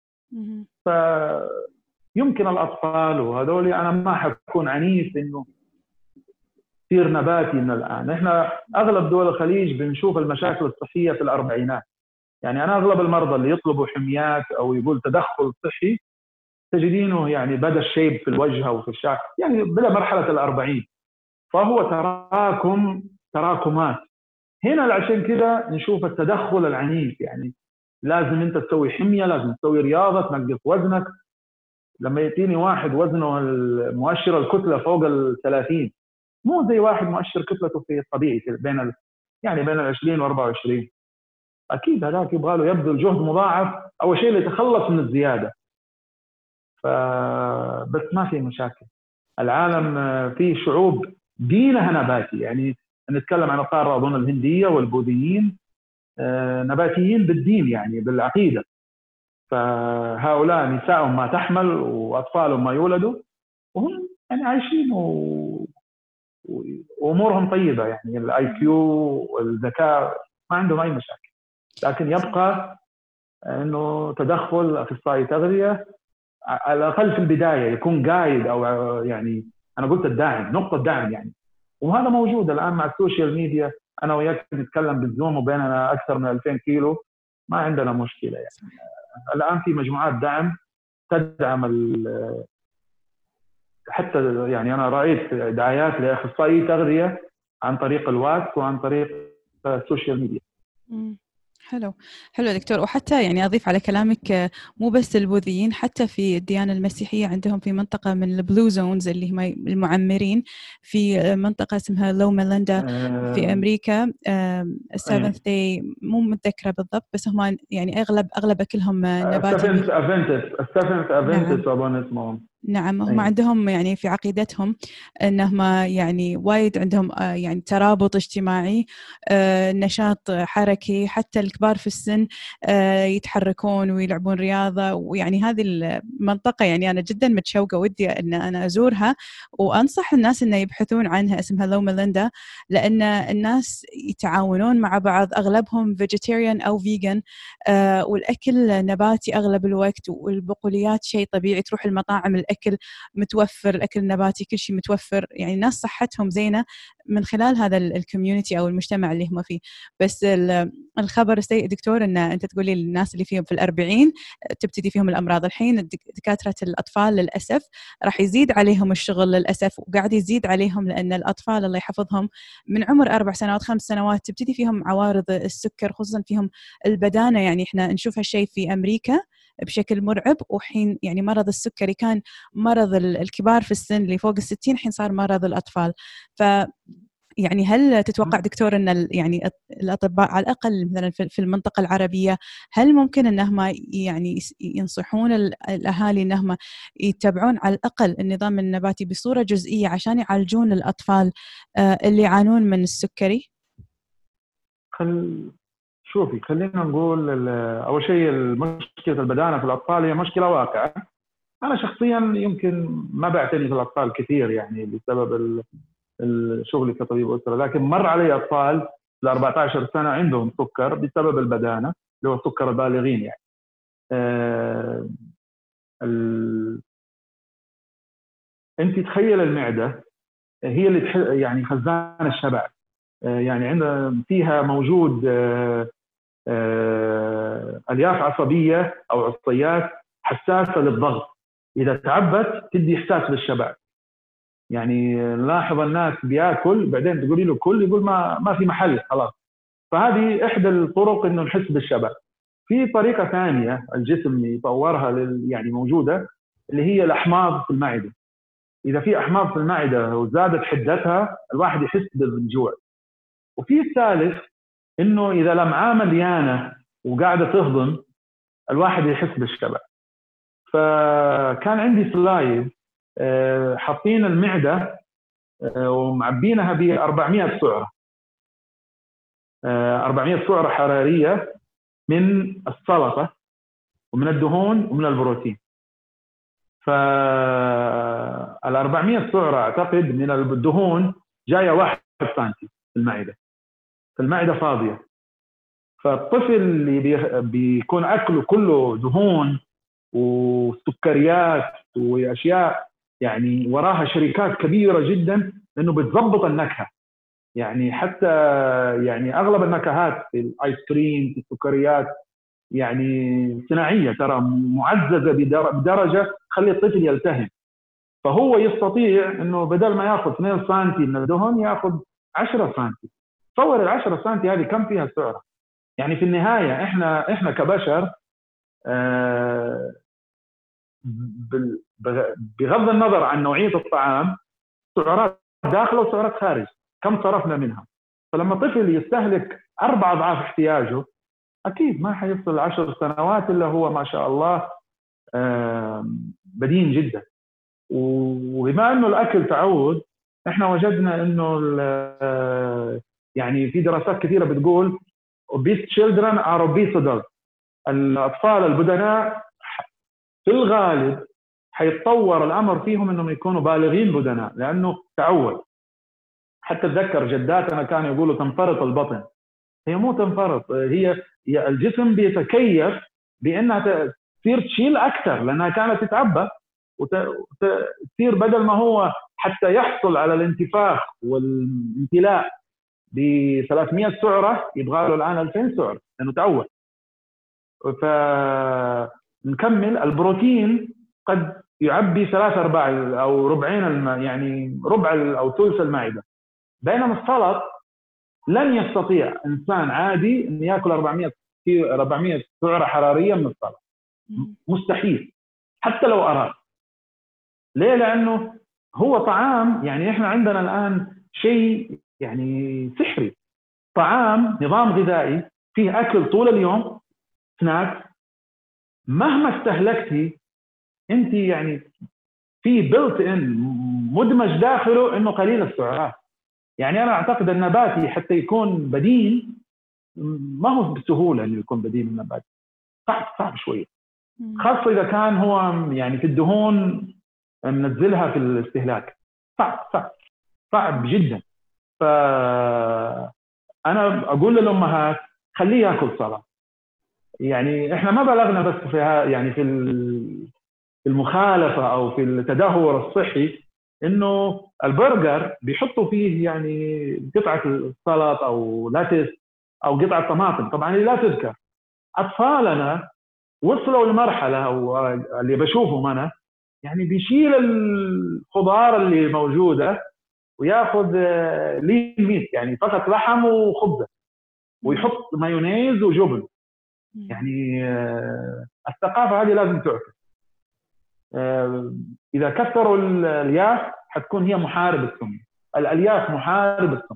فيمكن الاطفال وهذول انا ما حكون عنيف انه تصير نباتي من الان. احنا اغلب دول الخليج بنشوف المشاكل الصحيه في الاربعينات. يعني انا اغلب المرضى اللي يطلبوا حميات او يقول تدخل صحي تجدينه يعني بدا الشيب في الوجه او في الشعر يعني بلا مرحله الأربعين. فهو تراكم تراكمات هنا عشان كده نشوف التدخل العنيف، يعني لازم انت تسوي حميه، لازم تسوي رياضه تنقص وزنك. لما يأتيني واحد وزنه المؤشر الكتله فوق ال ثلاثين، مو زي واحد مؤشر كتلته في الطبيعي بين ال... يعني بين ال عشرين و أربعة وعشرين، اكيد هذاك يبغى له يبذل جهد مضاعف اول شيء ليتخلص من الزياده. ف بس ما في مشاكل. العالم فيه شعوب دينها نباتي، يعني نتكلم عن القاره اظن الهنديه والبوذيين نباتيين بالدين يعني بالعقيده، فهؤلاء نسائهم ما تحمل واطفالهم ما يولدوا، وهم يعني عايشين و... وامورهم طيبه، يعني الاي كيو والذكاء ما عندهم اي مشاكل. لكن يبقى انه تدخل اخصائي تغذيه على الاقل في البدايه يكون قايد، او يعني انا قلت الداعم، نقطه دعم يعني. وهذا موجود الان مع السوشيال ميديا، انا وياك نتكلم بالزوم وبيننا اكثر من ألفين كيلو، ما عندنا مشكله يعني. الان في مجموعات دعم تدعم حتى، يعني انا رايت دعايات لاخصائي تغذيه عن طريق الواتس وعن طريق السوشيال ميديا. حلو حلو دكتور. وحتى يعني أضيف على كلامك، مو بس البوذيين، حتى في الديانة المسيحية عندهم في منطقة من البلو زونز اللي هم المعمرين، في منطقة اسمها لو ميليندا في أمريكا، السيفنث داي، مو متذكرة بالضبط، بس هم يعني أغلب أغلب أكلهم نباتي. السيفنث أفنتس السيفنث أفنتس أظن اسمهم. نعم، هم عندهم يعني في عقيدتهم أنهم يعني وايد عندهم يعني ترابط اجتماعي، نشاط حركي، حتى الكبار في السن يتحركون ويلعبون رياضة. ويعني هذه المنطقة يعني أنا جدا متشوقة ودي أن أنا أزورها، وأنصح الناس أن يبحثون عنها، اسمها لو ميليندا، لأن الناس يتعاونون مع بعض، أغلبهم vegetarian أو vegan، والأكل نباتي أغلب الوقت، والبقوليات شيء طبيعي، تروح المطاعم الأكل متوفر، الأكل النباتي كل شيء متوفر، يعني الناس صحتهم زينة من خلال هذا الكوميونتي أو المجتمع اللي هم فيه. بس الخبر السيء دكتور أن أنت تقولي الناس اللي فيهم في الأربعين تبتدي فيهم الأمراض. الحين دكاترة الأطفال للأسف راح يزيد عليهم الشغل للأسف، وقاعد يزيد عليهم، لأن الأطفال الله يحفظهم من عمر أربع سنوات خمس سنوات تبتدي فيهم عوارض السكر، خصوصا فيهم البدانة. يعني إحنا نشوف هالشيء في أمريكا بشكل مرعب، وحين يعني مرض السكري كان مرض الكبار في السن اللي فوق الستين، حين صار مرض الأطفال. ف يعني هل تتوقع دكتور أن يعني الأطباء على الأقل مثلا في المنطقة العربية، هل ممكن أنهم يعني ينصحون الأهالي أنهم يتبعون على الأقل النظام النباتي بصورة جزئية عشان يعالجون الأطفال اللي يعانون من السكري؟ خل... شوفي خلينا نقول أول شيء المشكلة البدانة في الأطفال هي مشكلة واقعة. أنا شخصيا يمكن ما بعتني في الأطفال كثير يعني بسبب الشغل كطبيب أسرة، لكن مر علي أطفال ل أربعة عشر سنة عندهم سكر بسبب البدانة، اللي هو سكر البالغين يعني. آه ال... أنت تخيل المعدة هي اللي تح... يعني خزان الشبع، آه يعني عندها فيها موجود آه آه ألياف عصبية أو عصيات حساسة للضغط، إذا تعبت تدي إحساس بالشبع. يعني نلاحظ الناس بياكل بعدين تقولي له كل يقول ما ما في محل خلاص. فهذه احدى الطرق انه نحس بالشبع. في طريقه ثانيه الجسم يطورها يعني موجوده، اللي هي الاحماض في المعده. اذا في احماض في المعده وزادت حدتها الواحد يحس بالجوع. وفي الثالث انه اذا الامعاء مليانه وقاعده تهضم الواحد يحس بالشبع. فكان عندي سلايد حاطين المعده ومعبينها ب أربعمائة سعره، أربعمائة سعره حراريه من السلطه ومن الدهون ومن البروتين. فال أربعمائة سعره اعتقد من الدهون جايه واحد سنتي في المعده، في المعده فاضيه. فالطفل اللي بيكون اكله كله دهون وسكريات واشياء يعني وراها شركات كبيره جدا انه بتضبط النكهه. يعني حتى يعني اغلب النكهات في الايس كريم في السكريات يعني صناعيه، ترى معززه بدرجه تخلي الطفل يلتهم. فهو يستطيع انه بدل ما ياخذ اثنين سنتي من الدهن ياخذ عشرة سنتي. تصور العشرة سنتي هذه كم فيها سعرة. يعني في النهاية إحنا إحنا كبشر آه بغض النظر عن نوعية الطعام، سعرات داخل وسعرات خارج، كم صرفنا منها. فلما طفل يستهلك أربع أضعاف احتياجه أكيد ما حيوصل عشر سنوات إلا هو ما شاء الله بدين جدا. وبما أنه الأكل تعود، إحنا وجدنا أنه يعني في دراسات كثيرة بتقول obese children are obese adults. الأطفال البدناء في الغالب حيتطور الأمر فيهم أنهم يكونوا بالغين بدناء، لأنه تعود. حتى أتذكر جداتنا كانوا يقولوا تنفرط البطن. هي مو تنفرط، هي, هي الجسم بيتكيف بأنها تصير تشيل أكثر، لأنها كانت تتعبى وتصير بدل ما هو حتى يحصل على الانتفاخ والامتلاء ب ثلاثمئة سعرة يبغى له الآن ألفين سعرة لأنه تعود. فنكمل البروتين قد يعبي ثلاث أرباع أو ربعين الم... يعني ربع أو ثلث المعدة، بينما السلط لن يستطيع إنسان عادي أن يأكل أربعمئة سعرة حرارية من السلط، مستحيل حتى لو أراد. ليه؟ لأنه هو طعام، يعني إحنا عندنا الآن شيء يعني سحري، طعام نظام غذائي فيه أكل طول اليوم، سناك، مهما استهلكتي أنت يعني في بلت إن مدمج داخله إنه قليل السعرات. يعني أنا أعتقد النباتي حتى يكون بديل ما هو بسهولة إنه يكون بديل النباتي، صعب صعب شوية، خاصة إذا كان هو يعني في الدهون منزلها في الاستهلاك، صعب صعب صعب جدا. فأنا أقول للأمهات خليه يأكل سلطة. يعني إحنا ما بلغنا بس في يعني في المخالفة أو في التدهور الصحي إنه البرجر بيحطوا فيه يعني قطعة السلطة أو لاتس أو قطعة طماطم، طبعا لا تذكر. أطفالنا وصلوا لمرحلة أو اللي بشوفهم أنا يعني بيشيل الخضار اللي موجودة وياخذ لين ميت، يعني فقط لحم وخبزة، ويحط مايونيز وجبن. يعني الثقافة هذه لازم تعكس. إذا كثروا الألياف حتكون هي محارب السم، الألياف محارب السم.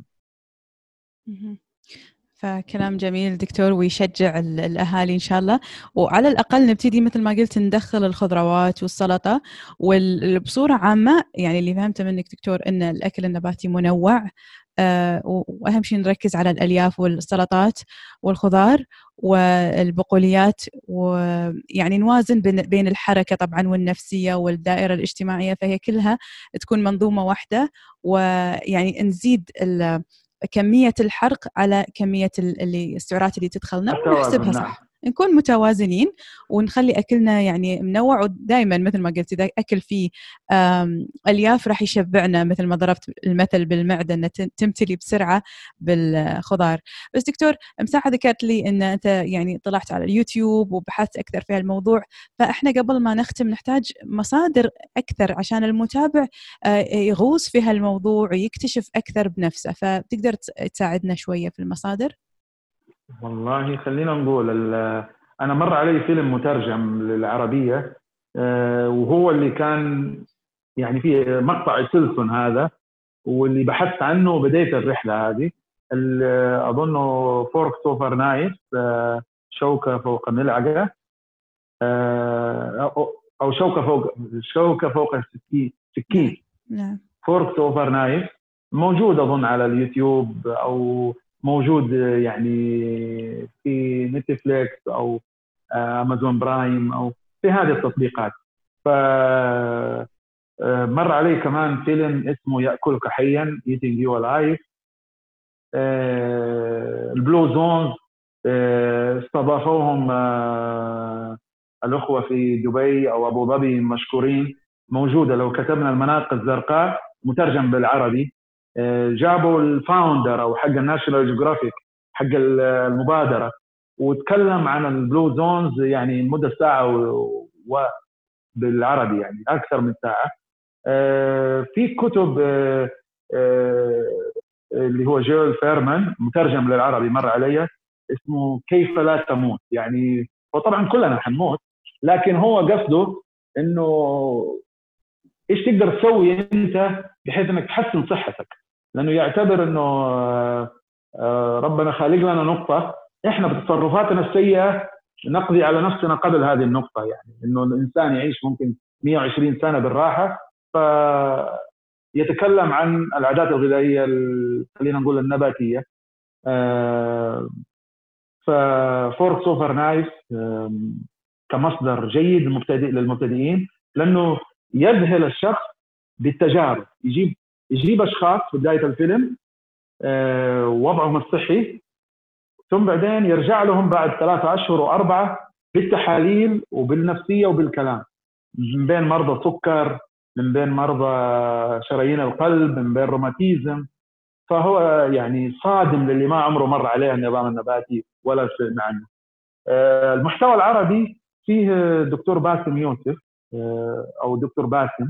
فكلام جميل دكتور، ويشجع الأهالي إن شاء الله. وعلى الأقل نبتدي مثل ما قلت ندخل الخضروات والسلطة، وبصورة عامة يعني اللي فهمته منك دكتور إن الأكل النباتي منوع، آه وأهم شيء نركز على الألياف والسلطات والخضار والبقوليات، ويعني نوازن بين الحركة طبعا والنفسية والدائرة الاجتماعية، فهي كلها تكون منظومة واحدة. ويعني نزيد كمية الحرق على كمية اللي السعرات اللي تدخلنا ونحسبها صح. نعم. نكون متوازنين ونخلي أكلنا يعني منوع، ودائما مثل ما قلت إذا أكل فيه ألياف راح يشبعنا، مثل ما ضربت المثل بالمعدة أن تمتلي بسرعة بالخضار. بس دكتور مساحة ذكرت لي أن أنت يعني طلعت على اليوتيوب وبحثت أكثر في الموضوع، فإحنا قبل ما نختم نحتاج مصادر أكثر عشان المتابع يغوص في هالموضوع ويكتشف أكثر بنفسه، فتقدر تساعدنا شوية في المصادر؟ والله خلينا نقول أنا مر علي فيلم مترجم للعربية وهو اللي كان يعني فيه مقطع سيلسون هذا، واللي بحثت عنه وبديت الرحلة هذه. أظنه فوركس أوفر نايف، شوكة فوق ملعقة، أو شوكة فوق شوكة فوق سكين. نعم. فوركس أوفر نايف موجود أظن على اليوتيوب، أو موجود يعني في نتفليكس أو أمازون برايم أو في هذه التطبيقات. فمر علي كمان فيلم اسمه يأكلك حيا Eating You Alive. البلو زونز استضافوهم الأخوة في دبي أو أبو ظبي مشكورين، موجودة لو كتبنا المناطق الزرقاء مترجم بالعربي. جابوا الفاوندر أو حق الناشونال جيوغرافيك حق المبادرة وتكلم عن البلو زونز يعني مدة ساعة وبالعربي يعني أكثر من ساعة. في كتب اللي هو جويل فيرمان، مترجم للعربي مر علي، اسمه كيف لا تموت. يعني وطبعا كلنا حنموت، لكن هو قصده انه ايش تقدر تسوي انت بحيث انك تحسن صحتك، لانه يعتبر انه ربنا خالق لنا نقطه، احنا بتصرفاتنا السيئه نقضي على نفسنا قبل هذه النقطه. يعني انه الانسان يعيش ممكن مئة وعشرين سنه بالراحه، فيتكلم عن العادات الغذائيه خلينا نقول النباتيه. ففورك سوفر نايف كمصدر جيد للمبتدئ للمبتدئين، لانه يذهل الشخص بالتجارب. يجيب يجيب اشخاص في بدايه الفيلم وضعهم الصحي، ثم بعدين يرجع لهم بعد ثلاثة اشهر واربعه بالتحاليل وبالنفسيه وبالكلام، من بين مرضى سكر، من بين مرضى شرايين القلب، من بين روماتيزم. فهو يعني صادم للي ما عمره مر عليه النظام النباتي ولا سمع عنه. المحتوى العربي فيه دكتور باسم يوسف او دكتور باسم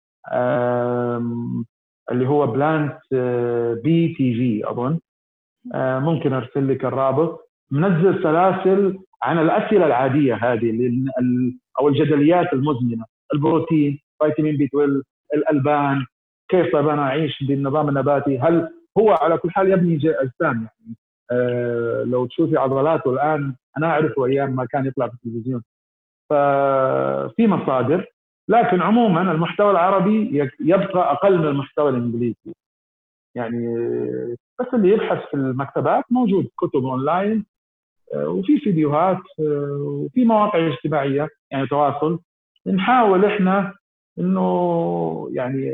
اللي هو بلانت بي تي في اظن، ممكن ارسل لك الرابط. منزل سلاسل عن الاسئله العاديه هذه او الجدليات المزمنه، البروتين، فيتامين بي اثنا عشر، الالبان، كيف طيب انا اعيش بالنظام النباتي. هل هو على كل حال يبني اجسام، يعني أه لو تشوفي عضلاته الان انا اعرفه ايام ما كان يطلع في التلفزيون. ففي مصادر، لكن عموما المحتوى العربي يبقى اقل من المحتوى الانجليزي. يعني بس اللي يبحث في المكتبات موجود كتب اونلاين، وفي فيديوهات، وفي مواقع اجتماعيه يعني تواصل. نحاول احنا انه يعني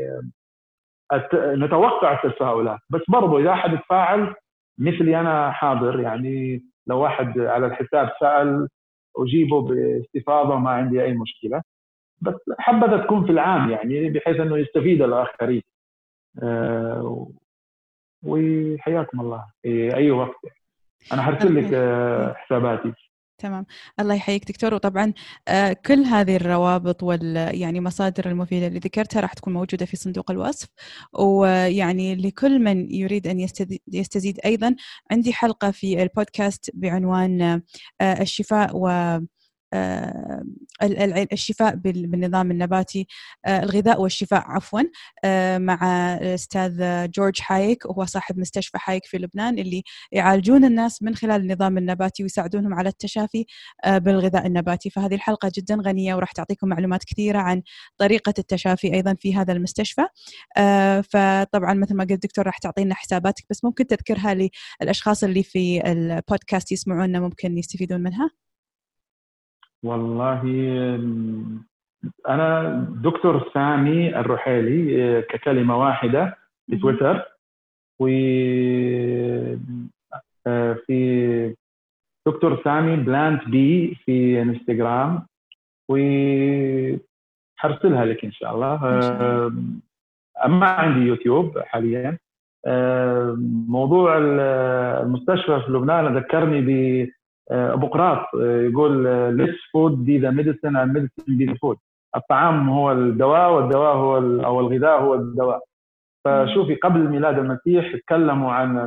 نتوقع التساؤلات، بس برضو اذا احد تفاعل مثلي انا حاضر. يعني لو واحد على الحساب سأل اجيبه باستفاضه ما عندي اي مشكله، بس حبذا تكون في العام يعني بحيث انه يستفيد الاخرين. أه وحياكم الله في اي وقت، انا هرسل لك حساباتي. تمام، الله يحييك دكتور. وطبعا كل هذه الروابط وال يعني مصادر المفيدة اللي ذكرتها راح تكون موجودة في صندوق الوصف. ويعني لكل من يريد أن يستزيد أيضا عندي حلقة في البودكاست بعنوان الشفاء و الشفاء بالنظام النباتي، الغذاء والشفاء عفوا، مع الأستاذ جورج حايك، وهو صاحب مستشفى حايك في لبنان، اللي يعالجون الناس من خلال النظام النباتي ويساعدونهم على التشافي بالغذاء النباتي. فهذه الحلقة جدا غنية وراح تعطيكم معلومات كثيرة عن طريقة التشافي أيضا في هذا المستشفى. فطبعا مثل ما قلت دكتور راح تعطينا حساباتك، بس ممكن تذكرها للأشخاص اللي في البودكاست يسمعوننا ممكن يستفيدون منها. والله أنا دكتور سامي الرحيلي ككلمة واحدة في تويتر، وفي دكتور سامي بلانت بي في انستغرام، وحرسلها لك إن شاء الله. أما عندي يوتيوب حاليا. موضوع المستشفى في لبنان ذكرني ب أبو قراط يقول less food be the medicine and medicine be the food. الطعام هو الدواء والدواء هو أو الغذاء هو الدواء. فشوفي قبل ميلاد المسيح تكلموا عن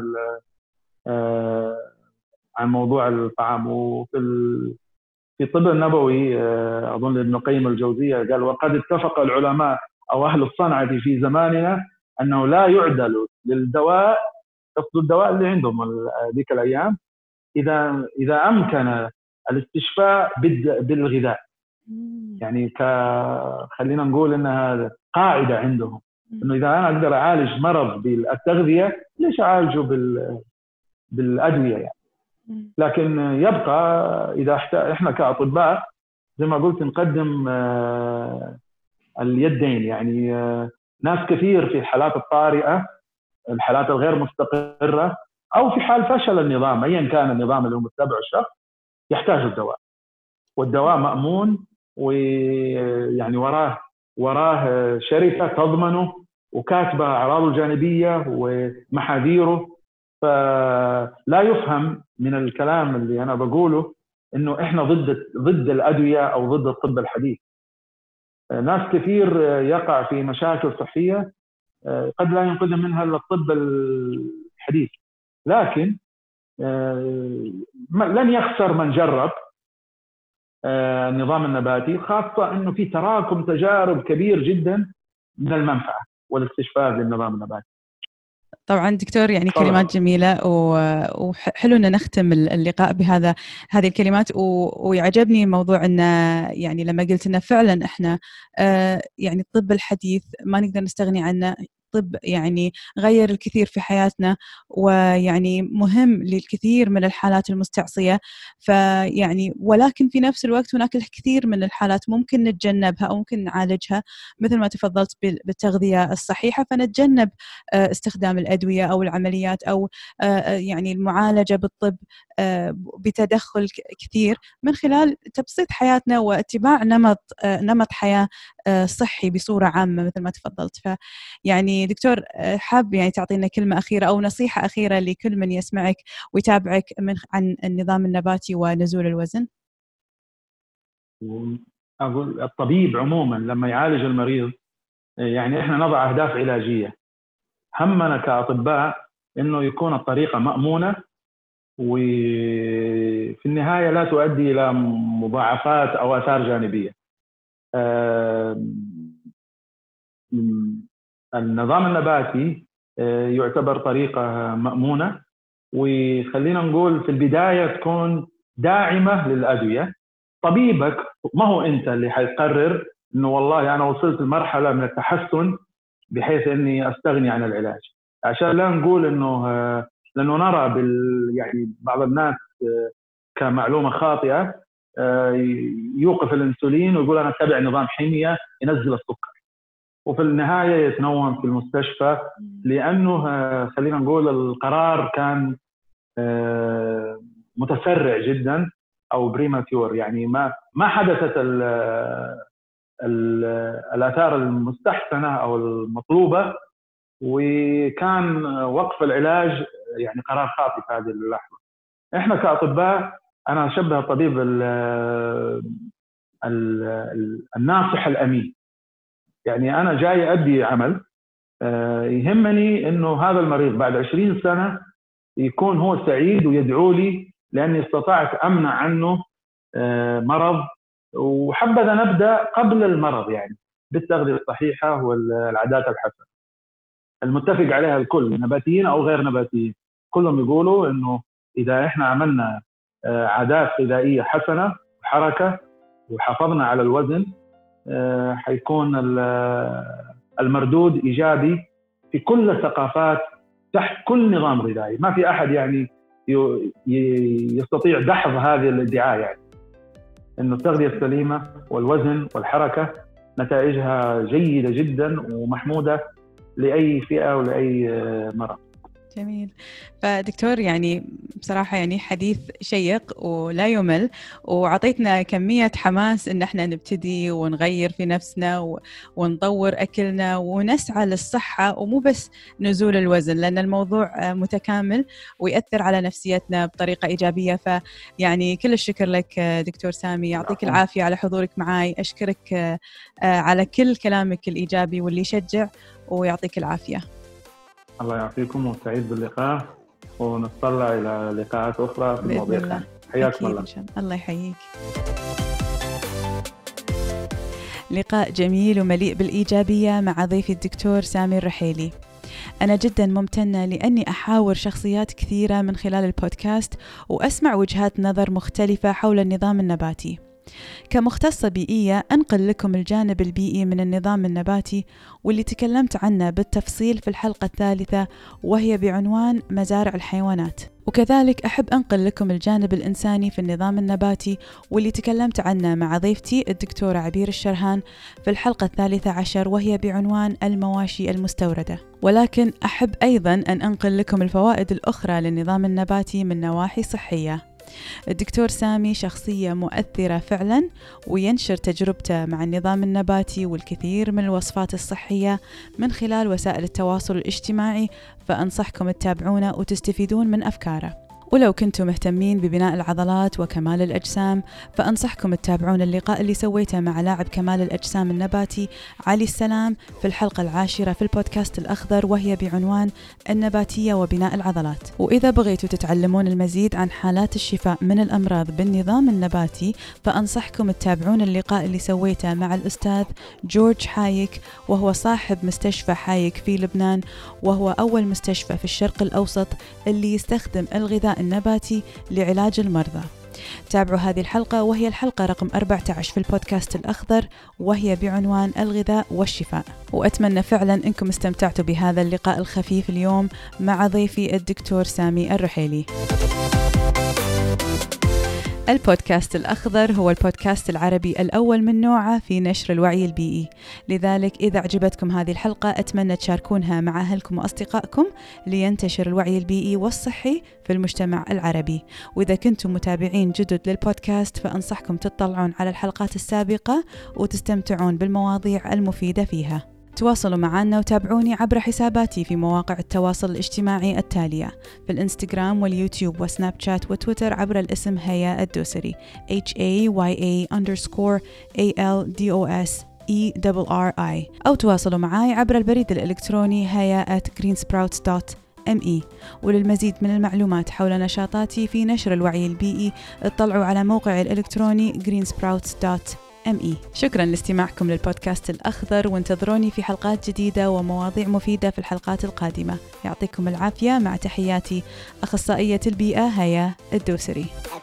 عن موضوع الطعام. وفي في الطب النبوي أظن ابن قيم الجوزية قال وقد اتفق العلماء أو أهل الصنعة في زماننا أنه لا يعدل للدواء، قصد الدواء اللي عندهم ذيك الأيام، إذا إذا أمكن الاستشفاء بالغذاء. يعني ك خلينا نقول إنها قاعدة عندهم، إنه إذا أنا أقدر أعالج مرض بالتغذية ليش أعالجه بال بالأدوية يعني. لكن يبقى إذا إحنا كأطباء زي ما قلت نقدم اليدين. يعني ناس كثير في الحالات الطارئة، الحالات الغير مستقرة، أو في حال فشل النظام أيا كان النظام اللي هو متبعه الشخص، يحتاج الدواء. والدواء مأمون، ويعني وراه وراه شركة تضمنه وكاتبة أعراضه الجانبية ومحاذيره. فلا يفهم من الكلام اللي أنا بقوله إنه إحنا ضد ضد الأدوية أو ضد الطب الحديث. ناس كثير يقع في مشاكل صحية قد لا ينقذ منها الطب الحديث، لكن لن يخسر من جرب النظام النباتي، خاصة أنه في تراكم تجارب كبير جدا من المنفعة والاستشفاء للنظام النباتي. طبعا دكتور يعني طبعا. كلمات جميلة، وحلو أن نختم اللقاء بهذا هذه الكلمات، ويعجبني موضوع أن يعني لما قلت أن فعلا إحنا يعني الطب الحديث ما نقدر نستغني عنه، طب يعني غير الكثير في حياتنا، ويعني مهم للكثير من الحالات المستعصية، فيعني ولكن في نفس الوقت هناك الكثير من الحالات ممكن نتجنبها أو ممكن نعالجها مثل ما تفضلت بالتغذية الصحيحة، فنتجنب استخدام الأدوية أو العمليات أو يعني المعالجة بالطب بتدخل كثير من خلال تبسيط حياتنا واتباع نمط نمط حياة صحي بصورة عامة مثل ما تفضلت. فيعني دكتور حاب يعني تعطينا كلمة أخيرة أو نصيحة أخيرة لكل من يسمعك ويتابعك من عن النظام النباتي ونزول الوزن؟ أقول الطبيب عموما لما يعالج المريض يعني إحنا نضع أهداف علاجية، همنا كأطباء إنه يكون الطريقة مأمونة وفي النهاية لا تؤدي إلى مضاعفات أو آثار جانبية. النظام النباتي يعتبر طريقة مأمونة، وخلينا نقول في البداية تكون داعمة للأدوية. طبيبك ما هو أنت اللي حيقرر إنه والله أنا وصلت لمرحلة من التحسن بحيث إني أستغني عن العلاج، عشان لا نقول إنه لأنه نرى بال يعني بعض الناس كمعلومة خاطئة يوقف الأنسولين ويقول أنا أتبع نظام حمية ينزل السكر، وفي النهاية يتنوم في المستشفى لأنه خلينا نقول القرار كان متسرع جدا أو بريماتيور، يعني ما ما حدثت ال ال الآثار المستحسنة أو المطلوبة، وكان وقف العلاج يعني قرار خاطئ في هذه اللحظة. إحنا كأطباء أنا أشبه الطبيب ال ال الناصح الأمين، يعني أنا جاي أدي عمل يهمني إنه هذا المريض بعد عشرين سنة يكون هو سعيد ويدعو لي لأني استطعت أمنع عنه مرض، وحبذا نبدأ قبل المرض يعني بالتغذية الصحيحة والعادات الحسنة المتفق عليها الكل، نباتيين أو غير نباتيين، كلهم يقولوا إنه إذا إحنا عملنا عادات غذائية حسنة وحركة وحافظنا على الوزن حيكون المردود إيجابي في كل الثقافات تحت كل نظام غذائي. ما في أحد يعني يستطيع دحض هذه الادعاء، يعني إنه التغذية السليمة والوزن والحركة نتائجها جيدة جدا ومحمودة لأي فئة ولأي مرض. جميل. فدكتور يعني بصراحة يعني حديث شيق ولا يمل، وعطيتنا كمية حماس إن احنا نبتدي ونغير في نفسنا ونطور أكلنا ونسعى للصحة ومو بس نزول الوزن، لأن الموضوع متكامل ويأثر على نفسيتنا بطريقة إيجابية. فيعني كل الشكر لك دكتور سامي، يعطيك العافية على حضورك معاي، أشكرك على كل كلامك الإيجابي واللي يشجع، ويعطيك العافية. الله يعافيكم وسعيد باللقاء، ونتطلع إلى لقاءات أخرى في المواضيع الثانية. حياكم الله. الله يحييك. لقاء جميل ومليء بالإيجابية مع ضيفي الدكتور سامي الرحيلي. أنا جدا ممتنة لأني أحاور شخصيات كثيرة من خلال البودكاست وأسمع وجهات نظر مختلفة حول النظام النباتي. كمختصة بيئية أنقل لكم الجانب البيئي من النظام النباتي واللي تكلمت عنه بالتفصيل في الحلقة الثالثة وهي بعنوان مزارع الحيوانات، وكذلك أحب أنقل لكم الجانب الإنساني في النظام النباتي واللي تكلمت عنه مع ضيفتي الدكتورة عبير الشرهان في الحلقة الثالثة عشر وهي بعنوان المواشي المستوردة. ولكن أحب أيضا أن أنقل لكم الفوائد الأخرى للنظام النباتي من نواحي صحية. الدكتور سامي شخصية مؤثرة فعلا، وينشر تجربته مع النظام النباتي والكثير من الوصفات الصحية من خلال وسائل التواصل الاجتماعي، فأنصحكم تتابعونه وتستفيدون من أفكاره. ولو كنتم مهتمين ببناء العضلات وكمال الأجسام فأنصحكم تتابعون اللقاء اللي سويته مع لاعب كمال الأجسام النباتي علي السلام في الحلقة العاشرة في البودكاست الأخضر، وهي بعنوان النباتية وبناء العضلات. وإذا بغيتوا تتعلمون المزيد عن حالات الشفاء من الأمراض بالنظام النباتي فأنصحكم تتابعون اللقاء اللي سويته مع الأستاذ جورج حايك، وهو صاحب مستشفى حايك في لبنان، وهو أول مستشفى في الشرق الأوسط اللي يستخدم الغذاء النباتي لعلاج المرضى. تابعوا هذه الحلقة وهي الحلقة رقم أربعة عشر في البودكاست الأخضر، وهي بعنوان الغذاء والشفاء. وأتمنى فعلا أنكم استمتعتوا بهذا اللقاء الخفيف اليوم مع ضيفي الدكتور سامي الرحيلي. البودكاست الأخضر هو البودكاست العربي الأول من نوعه في نشر الوعي البيئي، لذلك إذا عجبتكم هذه الحلقة أتمنى تشاركونها مع أهلكم وأصدقائكم لينتشر الوعي البيئي والصحي في المجتمع العربي. وإذا كنتم متابعين جدد للبودكاست فأنصحكم تطلعون على الحلقات السابقة وتستمتعون بالمواضيع المفيدة فيها. تواصلوا معنا وتابعوني عبر حساباتي في مواقع التواصل الاجتماعي التالية: في الانستغرام واليوتيوب وسناب شات وتويتر عبر الاسم هيا الدوسري H A Y A underscore A L D O S E R R I، أو تواصلوا معي عبر البريد الإلكتروني هيا at greensprouts dot M E. وللمزيد من المعلومات حول نشاطاتي في نشر الوعي البيئي اطلعوا على موقعي الإلكتروني greensprouts dot M E. شكرا لاستماعكم للبودكاست الأخضر، وانتظروني في حلقات جديدة ومواضيع مفيدة في الحلقات القادمة. يعطيكم العافية، مع تحياتي أخصائية البيئة هيا الدوسري.